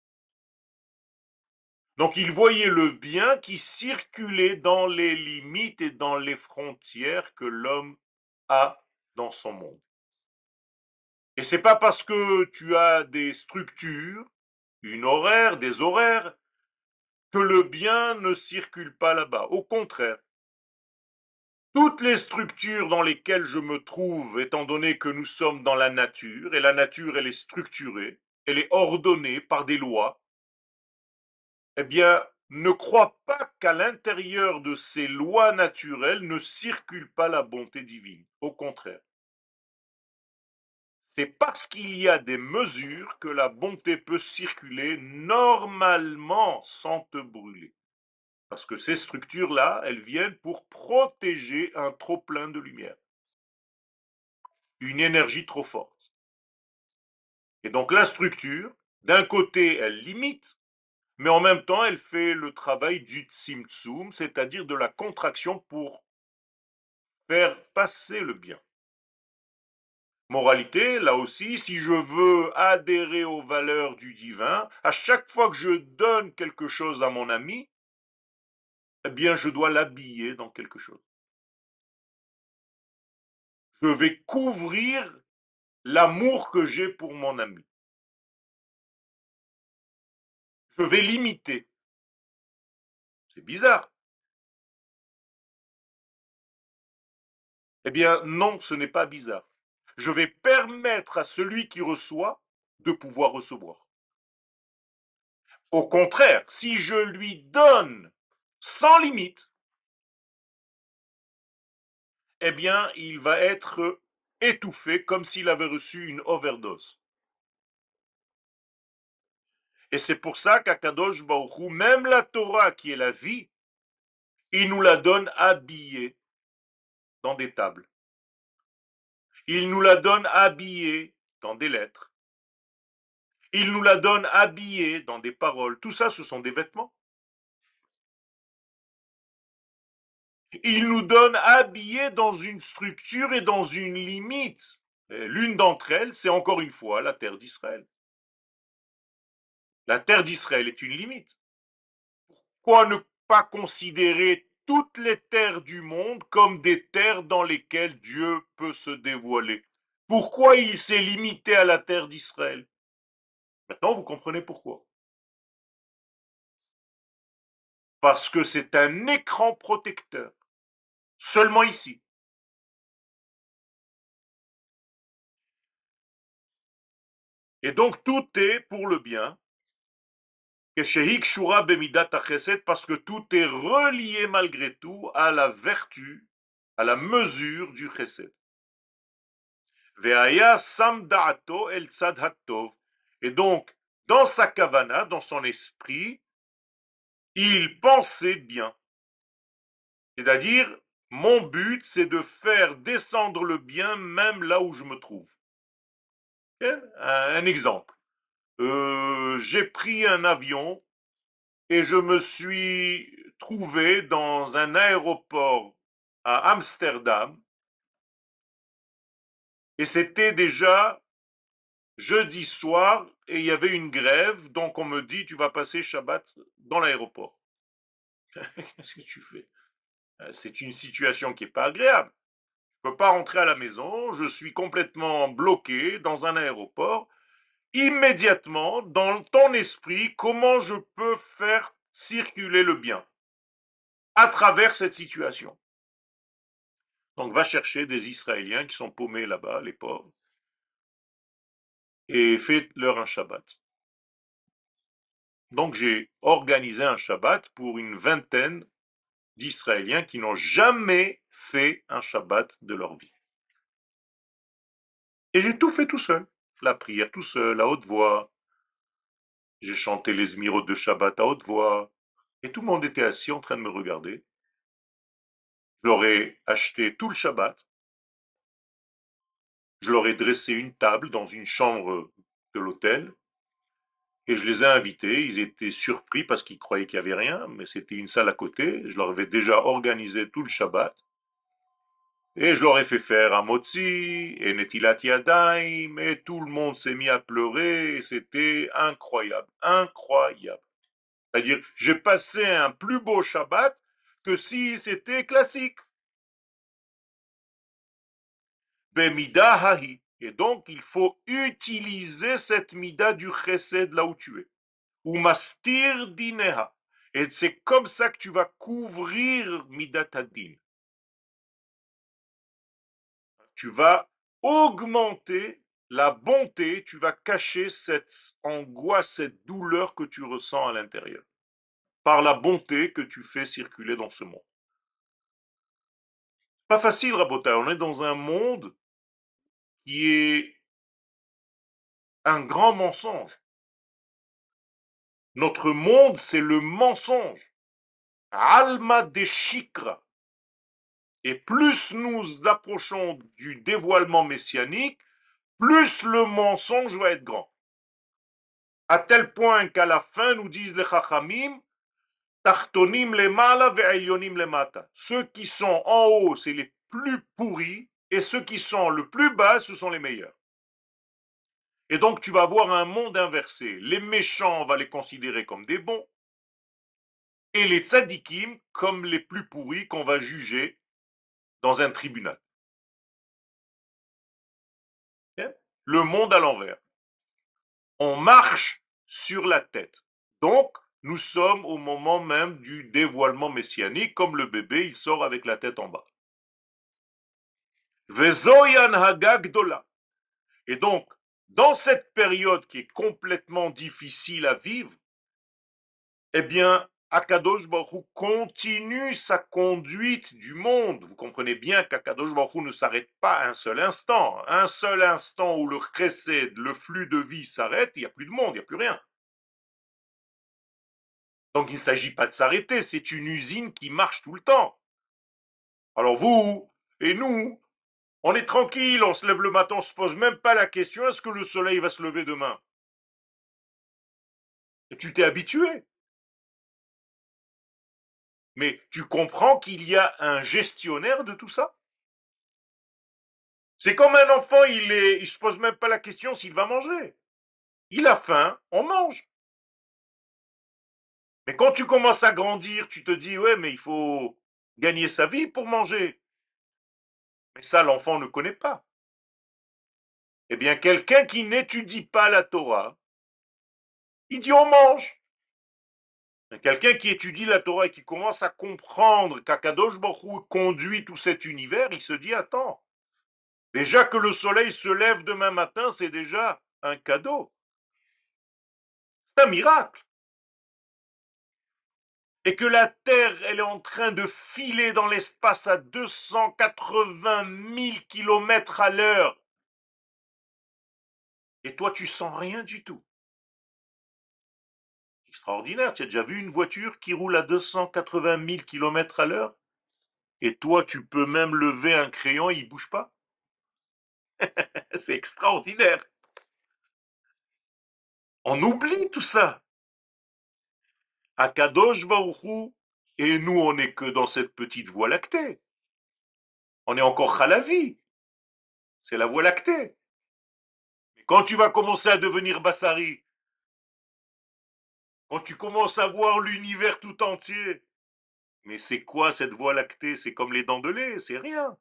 Donc, il voyait le bien qui circulait dans les limites et dans les frontières que l'homme a dans son monde. Et c'est pas parce que tu as des structures, une horaire, des horaires, que le bien ne circule pas là-bas. Au contraire, toutes les structures dans lesquelles je me trouve, étant donné que nous sommes dans la nature, et la nature, elle est structurée, elle est ordonnée par des lois, eh bien, ne crois pas qu'à l'intérieur de ces lois naturelles ne circule pas la bonté divine. Au contraire. C'est parce qu'il y a des mesures que la bonté peut circuler normalement sans te brûler. Parce que ces structures-là, elles viennent pour protéger un trop-plein de lumière, une énergie trop forte. Et donc la structure, d'un côté, elle limite, mais en même temps, elle fait le travail du tzimtzum, c'est-à-dire de la contraction pour faire passer le bien. Moralité, là aussi, si je veux adhérer aux valeurs du divin, à chaque fois que je donne quelque chose à mon ami, eh bien, je dois l'habiller dans quelque chose. Je vais couvrir l'amour que j'ai pour mon ami. Je vais l'imiter. C'est bizarre. Eh bien, non, ce n'est pas bizarre. Je vais permettre à celui qui reçoit de pouvoir recevoir. Au contraire, si je lui donne sans limite, eh bien, il va être étouffé comme s'il avait reçu une overdose. Et c'est pour ça qu'Akadosh Baruch Hu, même la Torah qui est la vie, il nous la donne habillée dans des tables. Il nous la donne habillée dans des lettres. Il nous la donne habillée dans des paroles. Tout ça, ce sont des vêtements. Il nous donne habillés dans une structure et dans une limite. L'une d'entre elles, c'est encore une fois la terre d'Israël. La terre d'Israël est une limite. Pourquoi ne pas considérer toutes les terres du monde comme des terres dans lesquelles Dieu peut se dévoiler? Pourquoi il s'est limité à la terre d'Israël? Maintenant, vous comprenez pourquoi. Parce que c'est un écran protecteur. Seulement ici. Et donc tout est pour le bien. Parce que tout est relié malgré tout à la vertu, à la mesure du chesed. Ve'aya sam da'ato el tzad hatov. Et donc, dans sa kavana, dans son esprit, il pensait bien. C'est-à-dire, mon but, c'est de faire descendre le bien même là où je me trouve. Un, un exemple. Euh, j'ai pris un avion et je me suis trouvé dans un aéroport à Amsterdam et c'était déjà jeudi soir et il y avait une grève, donc on me dit tu vas passer Shabbat dans l'aéroport. Qu'est-ce que tu fais? C'est une situation qui n'est pas agréable. Je ne peux pas rentrer à la maison, je suis complètement bloqué dans un aéroport. Immédiatement, dans ton esprit, comment je peux faire circuler le bien à travers cette situation? Donc va chercher des Israéliens qui sont paumés là-bas, les pauvres, et fais-leur un Shabbat. Donc j'ai organisé un Shabbat pour une vingtaine d'Israéliens qui n'ont jamais fait un Shabbat de leur vie. Et j'ai tout fait tout seul. La prière tout seul, à haute voix. J'ai chanté les Zmirot de Shabbat à haute voix. Et tout le monde était assis en train de me regarder. Je leur ai acheté tout le Shabbat. Je leur ai dressé une table dans une chambre de l'hôtel. Et je les ai invités. Ils étaient surpris parce qu'ils croyaient qu'il n'y avait rien. Mais c'était une salle à côté. Je leur avais déjà organisé tout le Shabbat. Et je leur ai fait faire un motzi et netilat yadayim, et tout le monde s'est mis à pleurer, et c'était incroyable, incroyable. C'est-à-dire, j'ai passé un plus beau Shabbat que si c'était classique. Bemida hahi. Et donc, il faut utiliser cette mida du chesed là où tu es. Ou mastir dineha. Et c'est comme ça que tu vas couvrir midat hadin. Tu vas augmenter la bonté, tu vas cacher cette angoisse, cette douleur que tu ressens à l'intérieur, par la bonté que tu fais circuler dans ce monde. Pas facile, Rabotai, on est dans un monde qui est un grand mensonge. Notre monde, c'est le mensonge. Alma de Shikra. Et plus nous approchons du dévoilement messianique, plus le mensonge va être grand. À tel point qu'à la fin, nous disent les Chachamim, Tartonim le mala ve'elyonim le mata. Ceux qui sont en haut, c'est les plus pourris, et ceux qui sont le plus bas, ce sont les meilleurs. Et donc tu vas avoir un monde inversé. Les méchants, on va les considérer comme des bons, et les tzadikim comme les plus pourris qu'on va juger dans un tribunal. Le monde à l'envers. On marche sur la tête. Donc, nous sommes au moment même du dévoilement messianique, comme le bébé, il sort avec la tête en bas. Vezoyan hagagdola. Et donc, dans cette période qui est complètement difficile à vivre, eh bien, Akadosh Baruch Hu continue sa conduite du monde. Vous comprenez bien qu'Akadosh Baruch Hu ne s'arrête pas un seul instant. Un seul instant où le chesed, le flux de vie s'arrête, il n'y a plus de monde, il n'y a plus rien. Donc il ne s'agit pas de s'arrêter, c'est une usine qui marche tout le temps. Alors vous et nous, on est tranquille, on se lève le matin, on ne se pose même pas la question, est-ce que le soleil va se lever demain? Et tu t'es habitué. Mais tu comprends qu'il y a un gestionnaire de tout ça. C'est comme un enfant, il est, il se pose même pas la question s'il va manger. Il a faim, on mange. Mais quand tu commences à grandir, tu te dis, ouais, mais il faut gagner sa vie pour manger. Mais ça, l'enfant ne connaît pas. Eh bien, quelqu'un qui n'étudie pas la Torah, il dit on mange. Mais quelqu'un qui étudie la Torah et qui commence à comprendre qu'Akadosh Baruch Hu conduit tout cet univers, il se dit attends, déjà que le soleil se lève demain matin, c'est déjà un cadeau. C'est un miracle. Et que la Terre, elle est en train de filer dans l'espace à deux cent quatre-vingt mille kilomètres à l'heure. Et toi, tu sens rien du tout. Extraordinaire. Tu as déjà vu une voiture qui roule à deux cent quatre-vingt mille kilomètres à l'heure? Et toi, tu peux même lever un crayon, il ne bouge pas? C'est extraordinaire. On oublie tout ça. Akadosh Baruchou, et nous, on n'est que dans cette petite voie lactée. On est encore Chalavi. C'est la voie lactée. Mais quand tu vas commencer à devenir Bassari, quand tu commences à voir l'univers tout entier, mais c'est quoi cette voie lactée? C'est comme les dents de lait, c'est rien.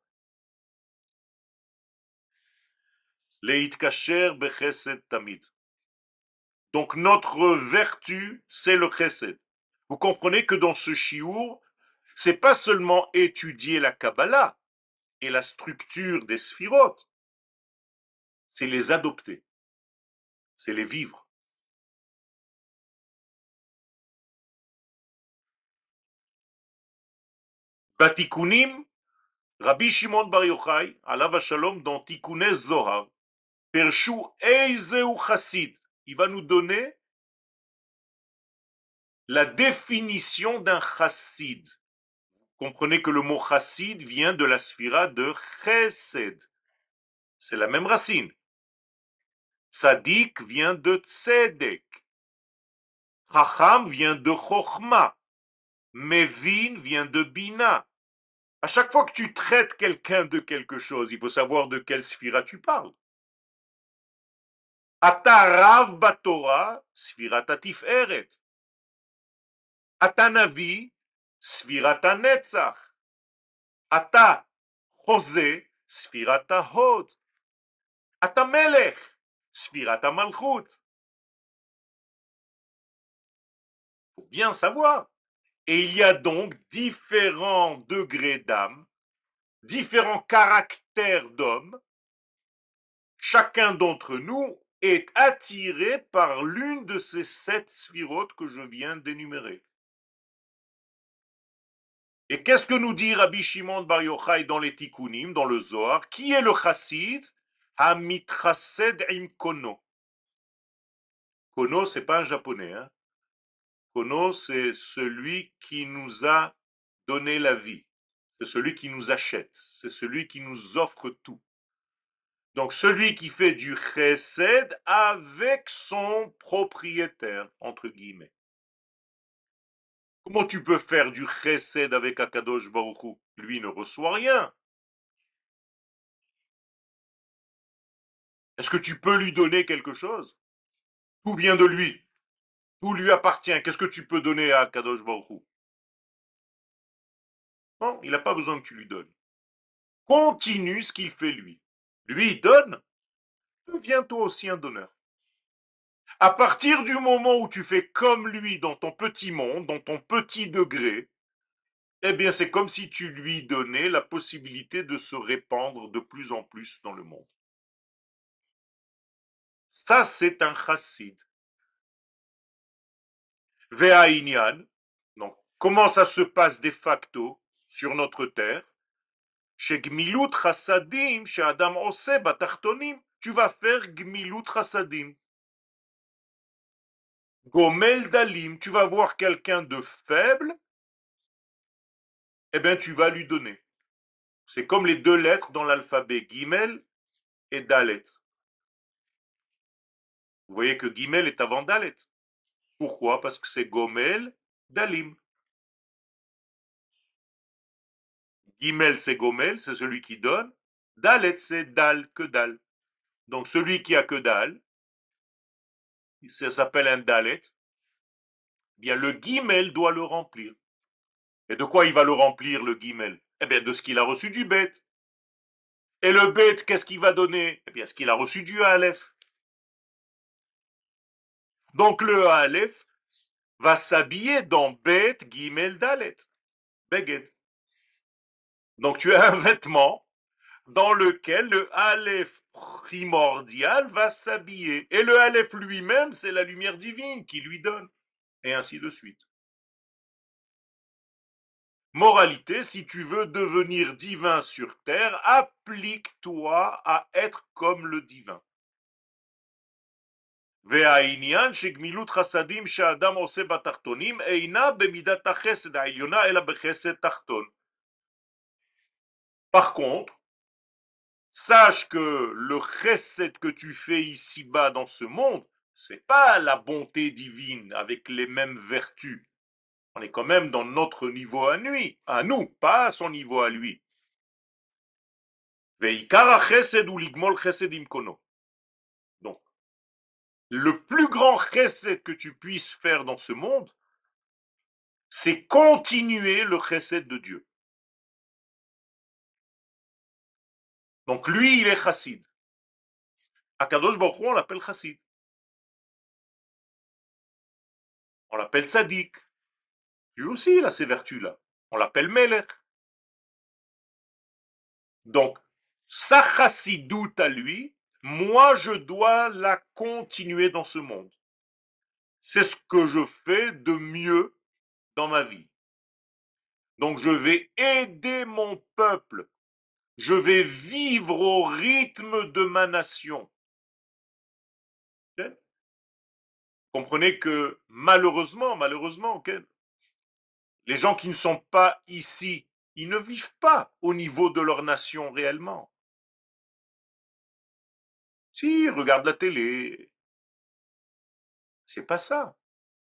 Leit kacher bechesed tamid. Donc notre vertu, c'est le chesed. Vous comprenez que dans ce chiour, c'est pas seulement étudier la Kabbalah et la structure des sphirotes, c'est les adopter, c'est les vivre. Batikunim, Rabbi Shimon Bar Yochai, alav shalom, dans Tikunei Zohar, Pershu Eizeu Chassid. Il va nous donner la définition d'un chassid. Comprenez que le mot chassid vient de la sphira de chesed. C'est la même racine. Tzadik vient de tzedek. Chacham vient de chochma. Mevin vient de bina. À chaque fois que tu traites quelqu'un de quelque chose, il faut savoir de quelle sphira tu parles. Atarav batora, sphirata tiferet. Atanavi, sphirata netzach. Ata Jose, sphirata hod. Ata melech, sphirata malchut. Faut bien savoir. Et il y a donc différents degrés d'âme, différents caractères d'homme. Chacun d'entre nous est attiré par l'une de ces sept sphirotes que je viens d'énumérer. Et qu'est-ce que nous dit Rabbi Shimon Bar Yochai dans les Tikkunim, dans le Zohar? Qui est le chassid? Hamitrased im kono. Kono, c'est pas un japonais. Hein? Kono, c'est celui qui nous a donné la vie. C'est celui qui nous achète. C'est celui qui nous offre tout. Donc celui qui fait du chesed avec son propriétaire, entre guillemets. Comment tu peux faire du chesed avec Akadosh Baruch Hu? Lui ne reçoit rien. Est-ce que tu peux lui donner quelque chose? Tout vient de lui. Tout lui appartient. Qu'est-ce que tu peux donner à Akadosh Baruch Hu? Non, il n'a pas besoin que tu lui donnes. Continue ce qu'il fait lui. Lui, il donne. Deviens toi aussi un donneur. À partir du moment où tu fais comme lui dans ton petit monde, dans ton petit degré, eh bien c'est comme si tu lui donnais la possibilité de se répandre de plus en plus dans le monde. Ça, c'est un chassid. Ve'ainyan, donc comment ça se passe de facto sur notre terre? Chez Gmilut chassadim, chez Adam Ose Batachtonim, tu vas faire Gmilut chassadim. Gomel Dalim, tu vas voir quelqu'un de faible, eh bien tu vas lui donner. C'est comme les deux lettres dans l'alphabet, Gimel et Dalet. Vous voyez que Gimel est avant Dalet. Pourquoi? Parce que c'est Gomel Dalim. Gimel c'est Gomel, c'est celui qui donne. Dalet c'est Dal, que Dal. Donc celui qui a que Dal, ça s'appelle un Dalet, eh bien le Gimel doit le remplir. Et de quoi il va le remplir, le Gimel? Eh bien de ce qu'il a reçu du Bet. Et le Bet, qu'est-ce qu'il va donner? Eh bien ce qu'il a reçu du Aleph. Donc le Aleph va s'habiller dans Bet, Gimel, Dalet. Beged. Donc tu as un vêtement dans lequel le Aleph primordial va s'habiller. Et le Aleph lui-même, c'est la lumière divine qui lui donne. Et ainsi de suite. Moralité, si tu veux devenir divin sur terre, applique-toi à être comme le divin. והעניין שגמילות חסדים שהאדם עושה בתחתונים אינה במידת החסד העליונה אלא בחסד תחתון. Par contre, sache que le chesed que tu fais ici-bas dans ce monde, c'est pas la bonté divine avec les mêmes vertus. On est quand même dans notre niveau à lui, à nous, pas à son niveau à lui. Veikara chesed ou ligmol chesed imkono. Donc, le plus grand chesed que tu puisses faire dans ce monde, c'est continuer le chesed de Dieu. Donc lui, il est chassid. Akadosh Baruch Hu, on l'appelle chassid. On l'appelle sadiq. Lui aussi, il a ces vertus-là. On l'appelle melech. Donc, sa chassidoute à lui, moi, je dois la continuer dans ce monde. C'est ce que je fais de mieux dans ma vie. Donc je vais aider mon peuple. Je vais vivre au rythme de ma nation. Ok. Comprenez que malheureusement, malheureusement, ok, les gens qui ne sont pas ici, ils ne vivent pas au niveau de leur nation réellement. Si, regarde la télé, c'est pas ça.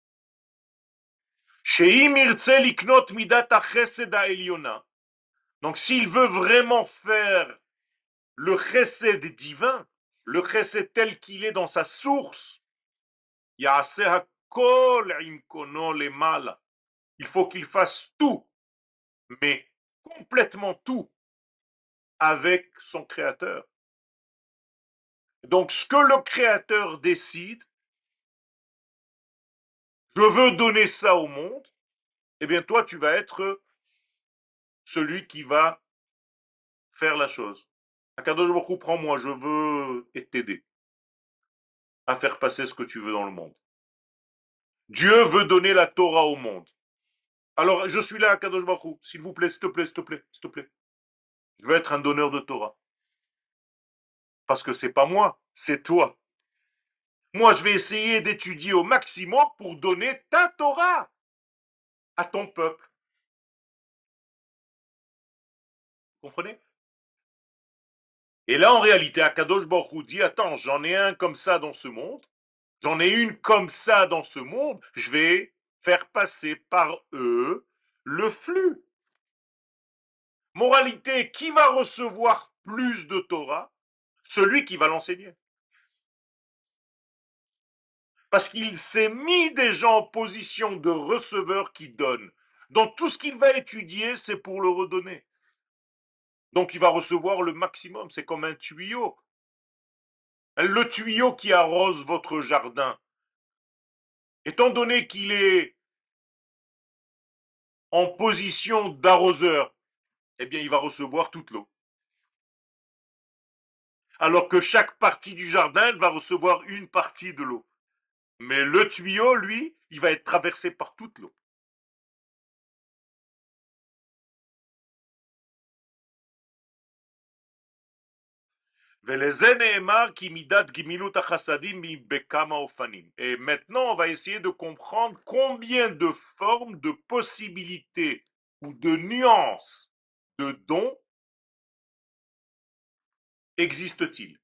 Sheim irtse liknot midat hachesed ha'elyona. Donc s'il veut vraiment faire le chesed divin, le chesed tel qu'il est dans sa source, ya'aseh hakol imkono lemala. Il faut qu'il fasse tout, mais complètement tout avec son créateur. Donc ce que le créateur décide, je veux donner ça au monde, eh bien toi tu vas être celui qui va faire la chose. Akadosh Baruch Hu, prends-moi, je veux t'aider à faire passer ce que tu veux dans le monde. Dieu veut donner la Torah au monde. Alors je suis là, Akadosh Baruch Hu, s'il vous plaît, s'il te plaît, s'il te plaît, s'il te plaît. Je veux être un donneur de Torah. Parce que c'est pas moi, c'est toi. Moi, je vais essayer d'étudier au maximum pour donner ta Torah à ton peuple. Vous comprenez? Et là, en réalité, Akadosh Baruch Hu dit, attends, j'en ai un comme ça dans ce monde, j'en ai une comme ça dans ce monde, je vais faire passer par eux le flux. Moralité, qui va recevoir plus de Torah? Celui qui va l'enseigner. Parce qu'il s'est mis déjà en position de receveur qui donne. Donc tout ce qu'il va étudier, c'est pour le redonner. Donc il va recevoir le maximum. C'est comme un tuyau. Le tuyau qui arrose votre jardin. Étant donné qu'il est en position d'arroseur, eh bien il va recevoir toute l'eau. Alors que chaque partie du jardin, elle va recevoir une partie de l'eau. Mais le tuyau, lui, il va être traversé par toute l'eau. Et maintenant, on va essayer de comprendre combien de formes, de possibilités ou de nuances de dons existe-t-il.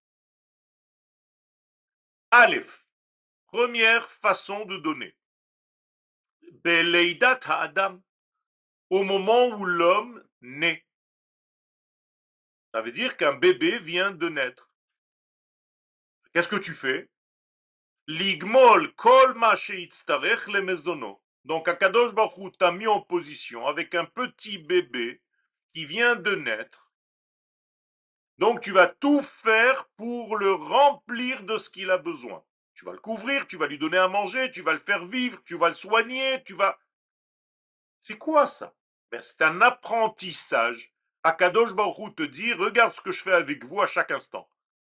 Aleph, première façon de donner. Beleidat ha'adam, au moment où l'homme naît. Ça veut dire qu'un bébé vient de naître. Qu'est-ce que tu fais? Ligmol kol ma sheitztarech le mezono. Donc Akadosh Baruch Hu t'a mis en position avec un petit bébé qui vient de naître. Donc tu vas tout faire pour le remplir de ce qu'il a besoin. Tu vas le couvrir, tu vas lui donner à manger, tu vas le faire vivre, tu vas le soigner, tu vas... C'est quoi ça? Ben, c'est un apprentissage. Akadosh Baruch Hu te dit, regarde ce que je fais avec vous à chaque instant.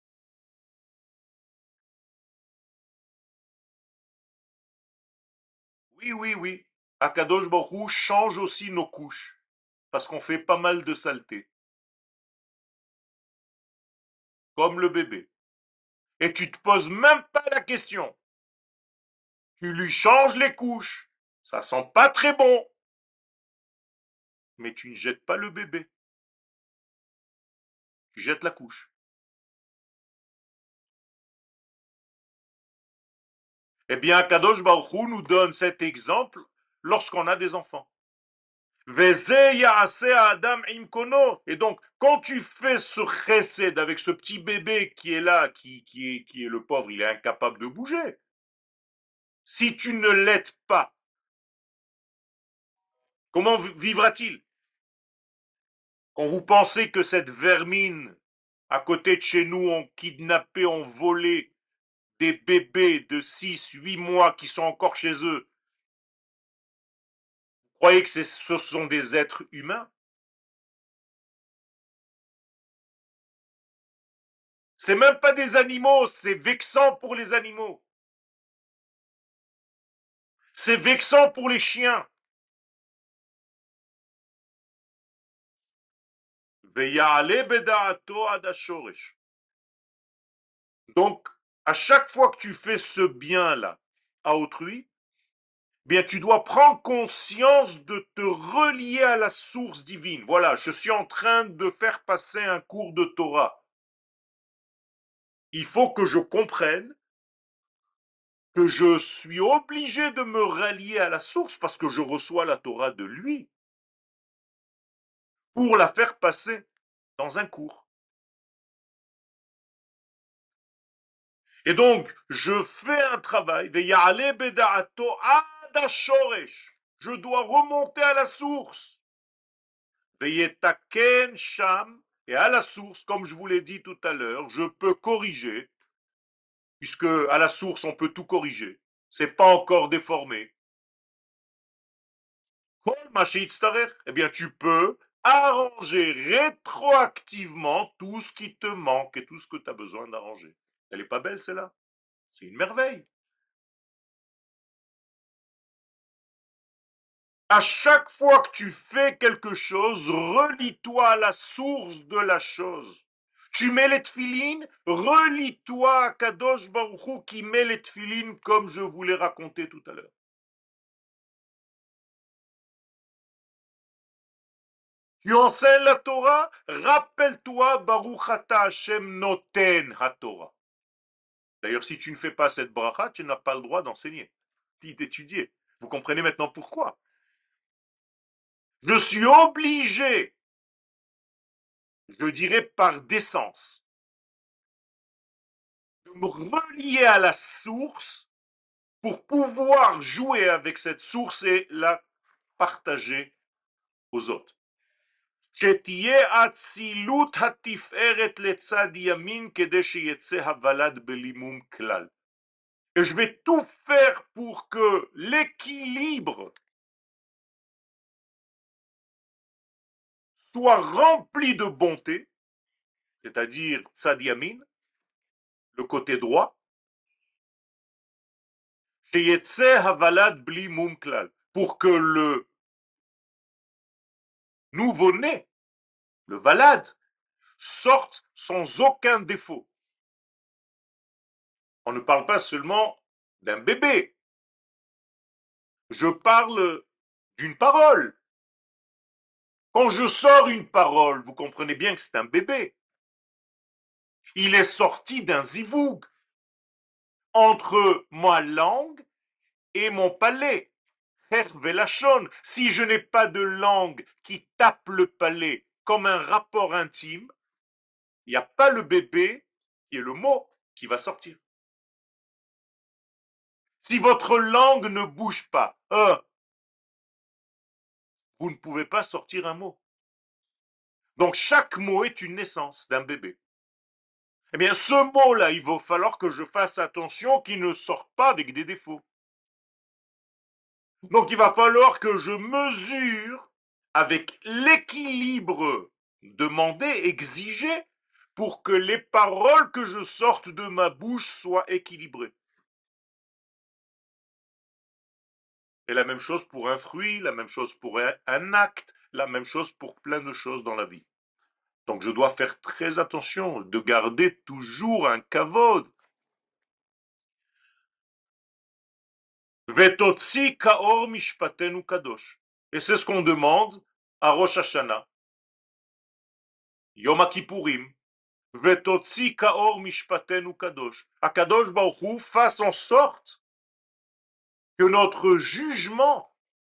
Oui, oui, oui. Akadosh Baruch Hu change aussi nos couches. Parce qu'on fait pas mal de saleté. Comme le bébé. Et tu te poses même pas la question. Tu lui changes les couches. Ça sent pas très bon. Mais tu ne jettes pas le bébé. Tu jettes la couche. Eh bien, Kadosh Baruch Hu nous donne cet exemple lorsqu'on a des enfants. Et donc, quand tu fais ce chesed avec ce petit bébé qui est là, qui, qui, est, qui est le pauvre, il est incapable de bouger. Si tu ne l'aides pas, comment vivra-t-il? Quand vous pensez que cette vermine à côté de chez nous ont kidnappé, ont volé des bébés de six, huit mois qui sont encore chez eux, vous croyez que ce sont des êtres humains? C'est même pas des animaux, c'est vexant pour les animaux. C'est vexant pour les chiens. Veya'ale beda'ato ad hashoresh. Donc, à chaque fois que tu fais ce bien-là à autrui, bien, tu dois prendre conscience de te relier à la source divine. Voilà, je suis en train de faire passer un cours de Torah. Il faut que je comprenne que je suis obligé de me rallier à la source parce que je reçois la Torah de lui pour la faire passer dans un cours. Et donc, je fais un travail. Je dois remonter à la source. Sham. Et à la source, comme je vous l'ai dit tout à l'heure, je peux corriger, puisque à la source, on peut tout corriger. C'est pas encore déformé. Eh bien, tu peux arranger rétroactivement tout ce qui te manque et tout ce que tu as besoin d'arranger. Elle est pas belle, celle-là? C'est une merveille. À chaque fois que tu fais quelque chose, relie-toi à la source de la chose. Tu mets les tefilines, relie-toi à Kadosh Baruch Hu qui met les tefilines comme je vous l'ai raconté tout à l'heure. Tu enseignes la Torah, rappelle-toi Baruch Ata Hashem Noten HaTorah. D'ailleurs, si tu ne fais pas cette bracha, tu n'as pas le droit d'enseigner, d'étudier. Vous comprenez maintenant pourquoi? Je suis obligé, je dirais par décence, de me relier à la source pour pouvoir jouer avec cette source et la partager aux autres. שתהיה אצילות התפארת לצד ימין כדי שיצא הוולד בלימום כלל. Et je vais tout faire pour que l'équilibre soit rempli de bonté, c'est-à-dire tzad yamin, le côté droit, sheyetze havalad bli mum klal, pour que le nouveau-né, le valad, sorte sans aucun défaut. On ne parle pas seulement d'un bébé, je parle d'une parole. Quand je sors une parole, vous comprenez bien que c'est un bébé. Il est sorti d'un zivoug entre ma langue et mon palais. Si je n'ai pas de langue qui tape le palais comme un rapport intime, il n'y a pas le bébé qui est le mot qui va sortir. Si votre langue ne bouge pas, euh, vous ne pouvez pas sortir un mot. Donc chaque mot est une naissance d'un bébé. Eh bien, ce mot-là, il va falloir que je fasse attention qu'il ne sorte pas avec des défauts. Donc il va falloir que je mesure avec l'équilibre demandé, exigé, pour que les paroles que je sorte de ma bouche soient équilibrées. Et la même chose pour un fruit, la même chose pour un acte, la même chose pour plein de choses dans la vie. Donc je dois faire très attention de garder toujours un kavod. Vetotsi kaor mishpatenu kadosh. Et c'est ce qu'on demande à Rosh Hashanah, Yom Kippourim. Vetotsi kaor mishpatenu kadosh. Akadosh Baruch Hu fasse en sorte que notre jugement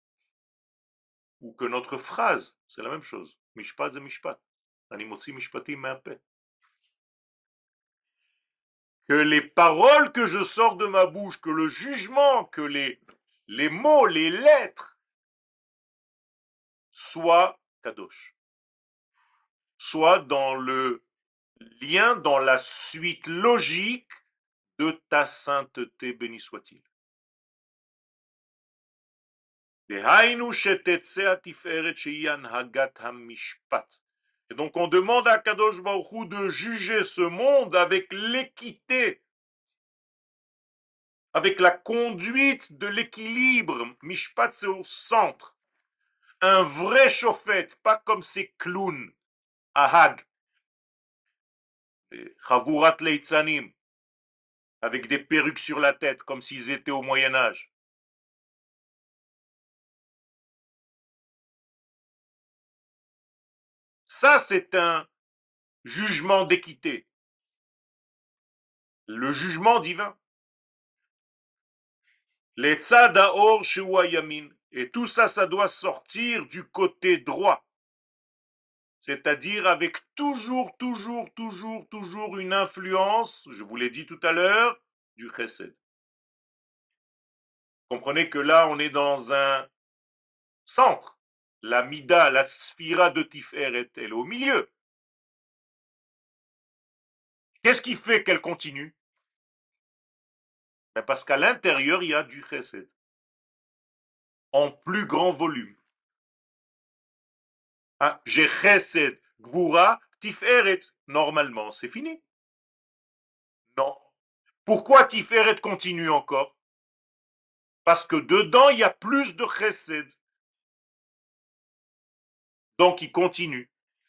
ou que notre phrase, c'est la même chose. Mishpat c'est mishpat. Ani motzi mishpatim me'apeh. Que les paroles que je sors de ma bouche, que le jugement, que les, les mots, les lettres soient kadosh. Soit dans le lien, dans la suite logique de ta sainteté, béni soit-il. Et donc on demande à Kadosh Baruch Hu de juger ce monde avec l'équité, avec la conduite de l'équilibre. Mishpat, c'est au centre. Un vrai chauffette, pas comme ces clowns Ahag, Chavurat Leitzanim, avec des perruques sur la tête, comme s'ils étaient au Moyen Âge. Ça, c'est un jugement d'équité, le jugement divin. Les tzadaor yamin. Et tout ça, ça doit sortir du côté droit. C'est-à-dire avec toujours, toujours, toujours, toujours une influence, je vous l'ai dit tout à l'heure, du chesed. Comprenez que là, on est dans un centre. La mida, la sphira de Tiferet, elle est au milieu. Qu'est-ce qui fait qu'elle continue? Ben parce qu'à l'intérieur, il y a du chesed, en plus grand volume. Hein? J'ai chesed, gvura, tiferet. Normalement, c'est fini. Non. Pourquoi tiferet continue encore? Parce que dedans, il y a plus de chesed. Donc, il continue.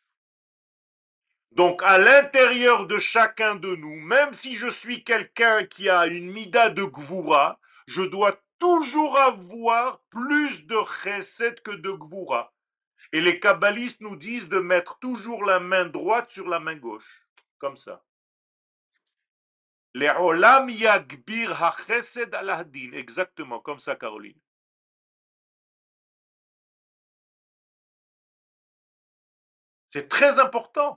Donc, à l'intérieur de chacun de nous, même si je suis quelqu'un qui a une mida de gvura, je dois toujours avoir plus de chesed que de gvura. Et les kabbalistes nous disent de mettre toujours la main droite sur la main gauche. Comme ça. Les olam yagbir ha-chesed al-hadin. Exactement, comme ça, Caroline. C'est très important.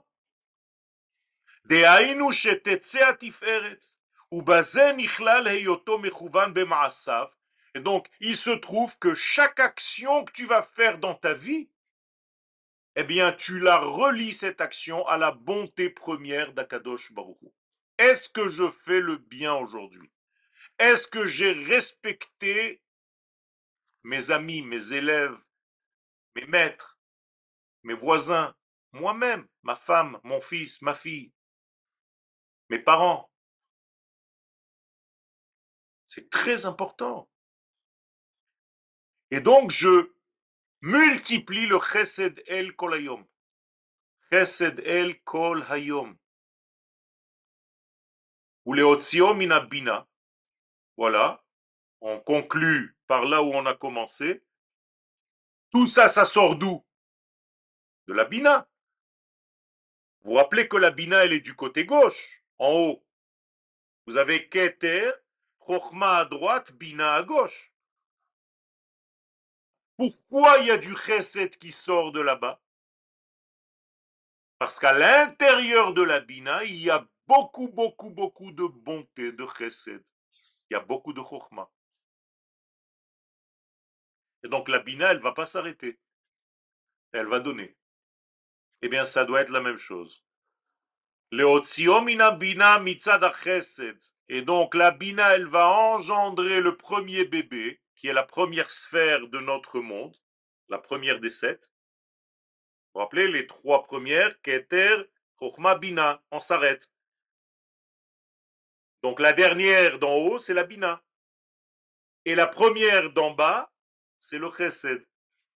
דהיינו שתצא התפארת, ובזה נכלל היותו מכוון במעשיו. Et donc, il se trouve que chaque action que tu vas faire dans ta vie, eh bien, tu la relis cette action à la bonté première d'Akadosh Baruch Hu. Est-ce que je fais le bien aujourd'hui? Est-ce que j'ai respecté mes amis, mes élèves, mes maîtres, mes voisins, moi-même, ma femme, mon fils, ma fille, mes parents? C'est très important. Et donc, je multiplie le chesed el kol hayom. Chesed el kol hayom. Ou le otzio mina bina. Voilà. On conclut par là où on a commencé. Tout ça, ça sort d'où? De la bina. Vous vous rappelez que la bina, elle est du côté gauche, en haut. Vous avez keter, chokhma à droite, bina à gauche. Pourquoi il y a du chesed qui sort de là-bas? Parce qu'à l'intérieur de la bina, il y a beaucoup, beaucoup, beaucoup de bonté, de chesed. Il y a beaucoup de chokhma. Et donc la bina, elle ne va pas s'arrêter. Elle va donner. Eh bien, ça doit être la même chose. Leotzio mina bina mitzad chesed. Et donc la bina, elle va engendrer le premier bébé, qui est la première sphère de notre monde, la première des sept. Vous vous rappelez, les trois premières, Keter, Chokhma, Bina, on s'arrête. Donc la dernière d'en haut, c'est la Bina. Et la première d'en bas, c'est le Chesed.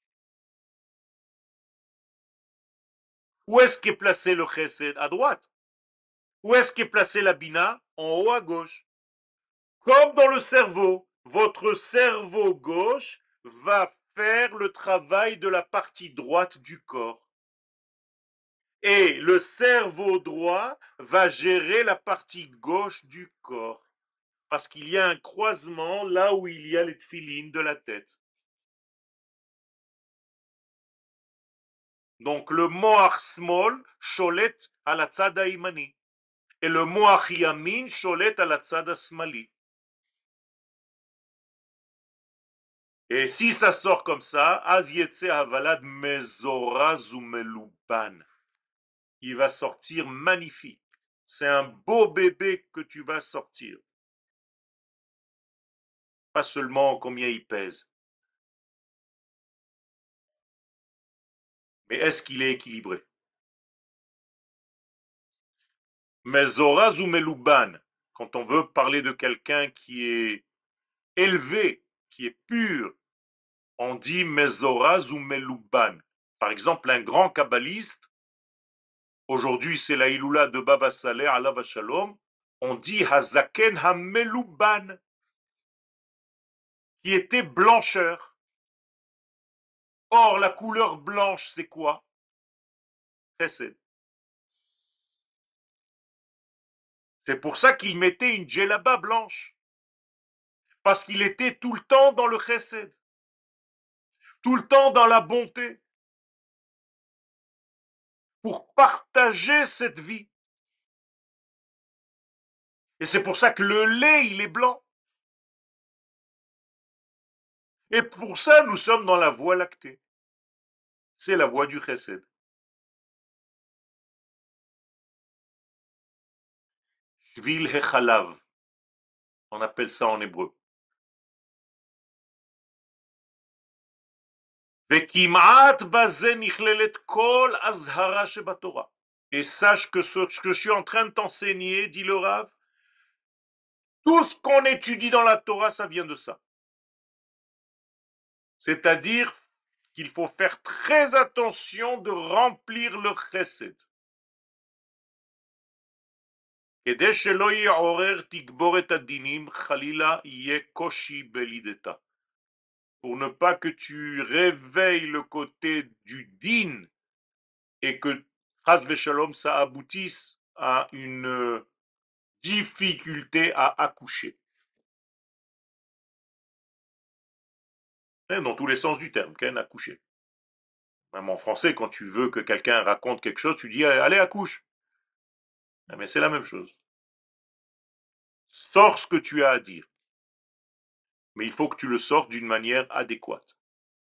Où est-ce qu'est placé le Chesed? À droite. Où est-ce qu'est placé la Bina? En haut à gauche. Comme dans le cerveau, votre cerveau gauche va faire le travail de la partie droite du corps. Et le cerveau droit va gérer la partie gauche du corps. Parce qu'il y a un croisement là où il y a les tfilines de la tête. Donc le moach smol sholet à la tzada imani. Et le moach yamin sholet à la tzada smali. Et si ça sort comme ça, az yetse havalad mezoraz ou meluban. Il va sortir magnifique. C'est un beau bébé que tu vas sortir. Pas seulement combien il pèse. Mais est-ce qu'il est équilibré? Mezoraz ou meluban. Quand on veut parler de quelqu'un qui est élevé, qui est pur, on dit mezoraz ou meluban. Par exemple, un grand kabbaliste, Aujourd'hui, c'est la Iloula de Baba Saleh, alav shalom. On dit Hazaken Hamelouban, qui était blancheur. Or, la couleur blanche, c'est quoi? Chesed. C'est pour ça qu'il mettait une djellaba blanche. Parce qu'il était tout le temps dans le chesed. Tout le temps dans la bonté. Pour partager cette vie. Et c'est pour ça que le lait, il est blanc. Et pour ça, nous sommes dans la voie lactée. C'est la voie du chesed. Shvil hechalav. On appelle ça en hébreu. וכמעט בזה נכללת כל אזהרה שבתורה. Et sache que ce que je suis en train de t'enseigner, dit le Rav, tout ce qu'on étudie dans la Torah, ça vient de ça. C'est-à-dire qu'il faut faire très attention de remplir le chesed. כדי שלא יעורר תגבורת הדינים, חלילה יהיה קושי בלידתה. Pour ne pas que tu réveilles le côté du din et que Chas Veshalom, ça aboutisse à une difficulté à accoucher. Dans tous les sens du terme, qu'un accoucher. Même en français, quand tu veux que quelqu'un raconte quelque chose, tu dis allez, accouche. Mais c'est la même chose. Sors ce que tu as à dire. Mais il faut que tu le sortes d'une manière adéquate.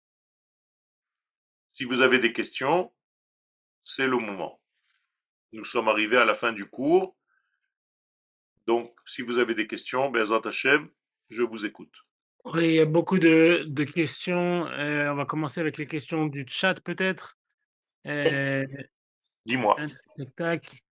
Si vous avez des questions, c'est le moment. Nous sommes arrivés à la fin du cours. Donc, si vous avez des questions, Be'ezrat Hashem, je vous écoute. Oui, il y a beaucoup de, de questions. Euh, on va commencer avec les questions du chat, peut-être. Euh, Dis-moi. tac, tac.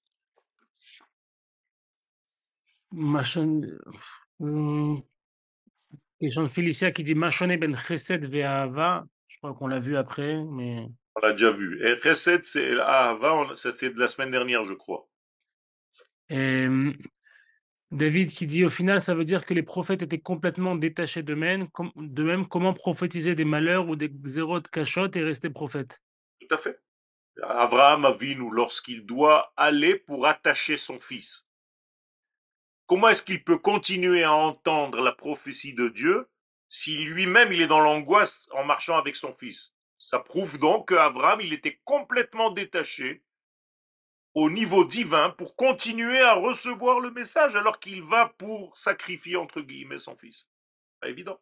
Machon... Hum, question de Félicia qui dit Machonne ben chesed ve'ahava. Je crois qu'on l'a vu après, mais. On l'a déjà vu. Et Chesed, c'est Ahava, c'est de la semaine dernière, je crois. Et, David qui dit au final, ça veut dire que les prophètes étaient complètement détachés d'eux-mêmes. Com de même, comment prophétiser des malheurs ou des zéros de cachot et rester prophète? Tout à fait. Abraham Avinu, lorsqu'il doit aller pour attacher son fils, comment est-ce qu'il peut continuer à entendre la prophétie de Dieu si lui-même il est dans l'angoisse en marchant avec son fils? Ça prouve donc qu'Abraham il était complètement détaché au niveau divin pour continuer à recevoir le message alors qu'il va pour sacrifier entre guillemets son fils. Pas évident.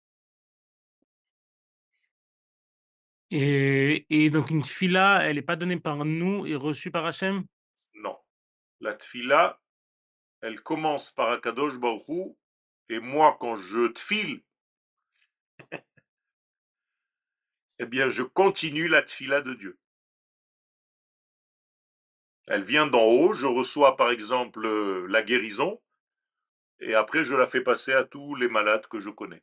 Et, et donc une tfila, elle n'est pas donnée par nous et reçue par Hachem? Non. La tfila, elle commence par Akadosh Baruch Hu, et moi quand je tfile, eh bien je continue la tfila de Dieu. Elle vient d'en haut, je reçois par exemple la guérison, et après je la fais passer à tous les malades que je connais.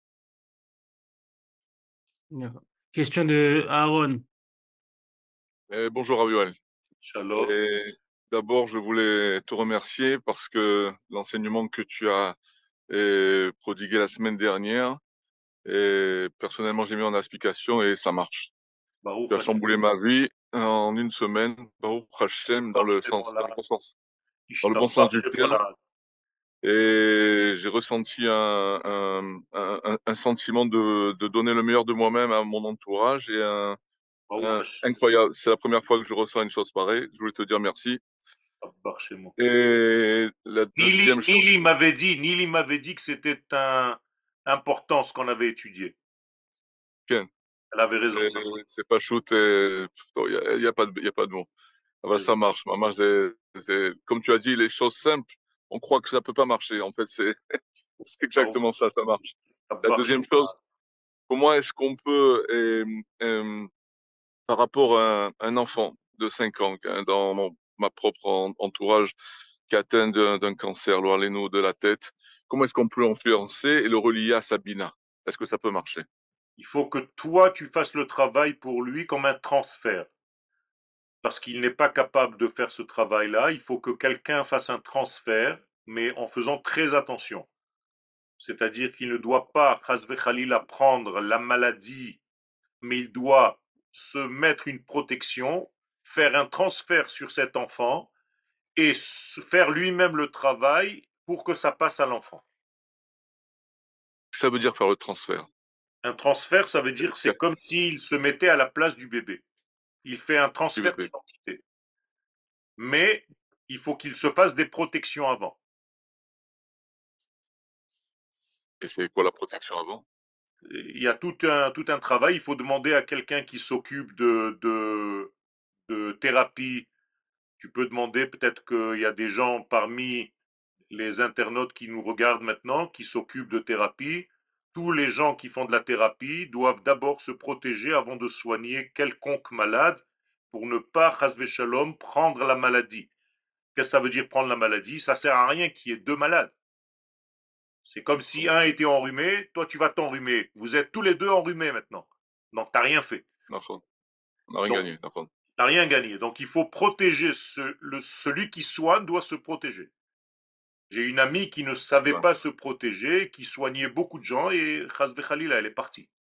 Question de Aaron. Eh, bonjour Abiel. Shalom. Et d'abord, je voulais te remercier parce que l'enseignement que tu as eh, prodigué la semaine dernière, et personnellement, j'ai mis en application et ça marche. Baruch Tu as Hashem. chamboulé ma vie en une semaine, Baruch Hashem, dans le sens, dans le bon sens, dans le bon sens du terme. Et j'ai ressenti un, un, un, un sentiment de, de donner le meilleur de moi-même à mon entourage et un, un incroyable. C'est la première fois que je ressens une chose pareille. Je voulais te dire merci. Et la deuxième Nili, chose. Nili m'avait dit, Nili m'avait dit que c'était un important ce qu'on avait étudié. Ken. Elle avait raison. C'est pas shoot, il n'y a, a pas de, y a pas de mots. Ah bah, ça marche. Maman, c'est, c'est, comme tu as dit, les choses simples, on croit que ça peut pas marcher. En fait, c'est, c'est exactement ça, ça marche. La deuxième chose, comment est-ce qu'on peut, euh, euh, par rapport à un, un enfant de cinq ans, hein, dans mon, ma propre en, entourage, qui est atteint d'un, d'un cancer, l'oiléno de la tête, comment est-ce qu'on peut l'influencer et le relier à Sabina? Est-ce que ça peut marcher? Il faut que toi, tu fasses le travail pour lui comme un transfert. parce qu'il n'est pas capable de faire ce travail-là. Il faut que quelqu'un fasse un transfert, mais en faisant très attention. C'est-à-dire qu'il ne doit pas, chas v'chalila, prendre la maladie, mais il doit se mettre une protection, faire un transfert sur cet enfant et faire lui-même le travail pour que ça passe à l'enfant. Ça veut dire faire le transfert. Un transfert, ça veut dire c'est comme s'il se mettait à la place du bébé. Il fait un transfert d'identité. Mais il faut qu'il se fasse des protections avant. Et c'est quoi la protection avant? Il y a tout un, tout un travail. Il faut demander à quelqu'un qui s'occupe de, de, de thérapie. Tu peux demander, peut-être qu'il y a des gens parmi les internautes qui nous regardent maintenant, qui s'occupent de thérapie. Tous les gens qui font de la thérapie doivent d'abord se protéger avant de soigner quelconque malade pour ne pas, chas shalom, prendre la maladie. Qu'est-ce que ça veut dire prendre la maladie? Ça sert à rien qu'il y ait deux malades. C'est comme si un était enrhumé, toi tu vas t'enrhumer. Vous êtes tous les deux enrhumés maintenant. Donc tu n'as rien fait. D'accord. On n'a rien Donc, gagné. D'accord. tu n'as rien gagné. Donc il faut protéger ce, le, celui qui soigne doit se protéger. J'ai une amie qui ne savait Ouais. pas se protéger, qui soignait beaucoup de gens et chas v'chalila, elle est partie.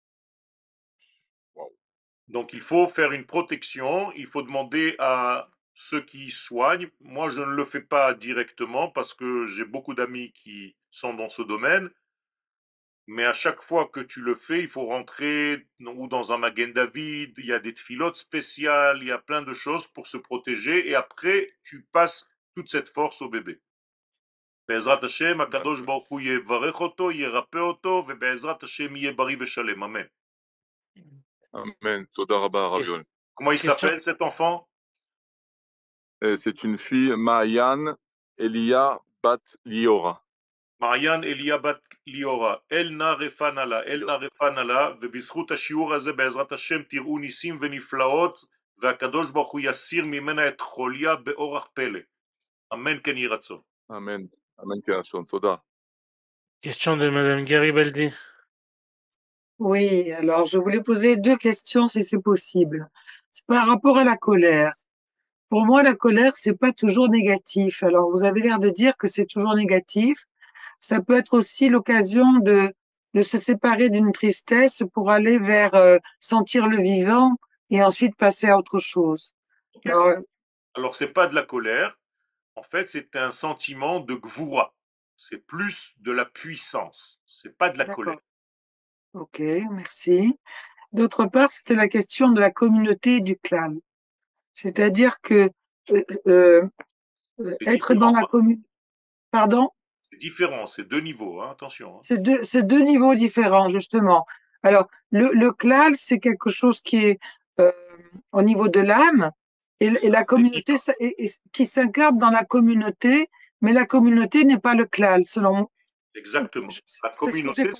Wow. Donc il faut faire une protection, il faut demander à ceux qui soignent. Moi, je ne le fais pas directement parce que j'ai beaucoup d'amis qui sont dans ce domaine. Mais à chaque fois que tu le fais, il faut rentrer ou dans un Magen David, il y a des tfilotes spéciales, il y a plein de choses pour se protéger et après, tu passes toute cette force au bébé. בעזרת השם, הקדוש ברוך הוא יברך אותו, ירפא אותו, ובעזרת השם יהיה בריא ושלם. אמן. Amen. Toda Rabba Raviol. Comment il Question. s'appelle cet enfant? Et c'est une fille, Maayan Elia Bat Liora. מעיין אליה בת ליאורה, אל נא רפנה לה, אל נא רפנה לה, ובזכות השיעור הזה בעזרת השם תראו ניסים ונפלאות, והקדוש ברוך הוא יסיר ממנה את חוליה באורח פלא. אמן כן יהי רצון. Amen. Amen. Kéhasson. Toda. Question de Madame Garibaldi. Oui, alors je voulais poser deux questions si c'est possible. C'est par rapport à la colère. Pour moi, la colère, c'est pas toujours négatif. Alors, vous avez l'air de dire que c'est toujours négatif. Ça peut être aussi l'occasion de, de se séparer d'une tristesse pour aller vers euh, sentir le vivant et ensuite passer à autre chose. Okay. Alors, Alors c'est pas de la colère, en fait c'est un sentiment de gvoura. C'est plus de la puissance, c'est pas de la colère. Ok, merci. D'autre part, c'était la question de la communauté du clan. C'est-à-dire que euh, euh, être dans la commune. Pardon? C'est différent, c'est deux niveaux, hein, attention. Hein. C'est deux, c'est deux niveaux différents, justement. Alors, le, le klal, c'est quelque chose qui est euh, au niveau de l'âme, et, et la communauté ça, et, et, qui s'incarne dans la communauté, mais la communauté n'est pas le klal, selon moi. Exactement. Je, la communauté,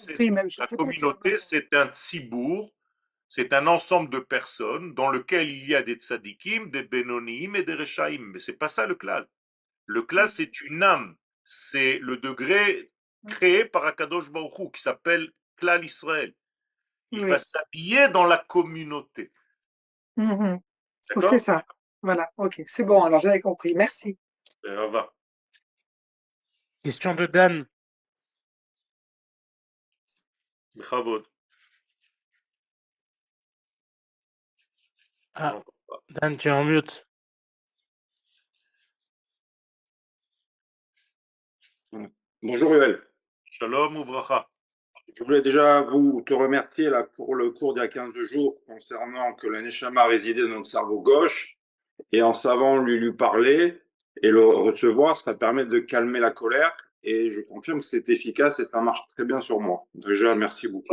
c'est un tzibour, c'est un ensemble de personnes dans lequel il y a des tzadikim, des benonim et des rechaim. Mais c'est pas ça le klal. Le klal, c'est une âme. C'est le degré créé par Akadosh Baruch Hu, qui s'appelle klal Israël. Il oui. va s'habiller dans la communauté. Mm-hmm. C'est ça. Voilà, ok, c'est bon, alors j'avais compris. Merci. Et on va. Question de Dan. Bravo. Ah, Dan, tu es en mute. Bonjour Yoel. Shalom Uvracha. Je voulais déjà vous te remercier là, pour le cours d'il y a quinze jours concernant que le Neshama résidait dans notre cerveau gauche et en savant lui lui parler et le recevoir, ça permet de calmer la colère et je confirme que c'est efficace et ça marche très bien sur moi. Déjà, merci beaucoup.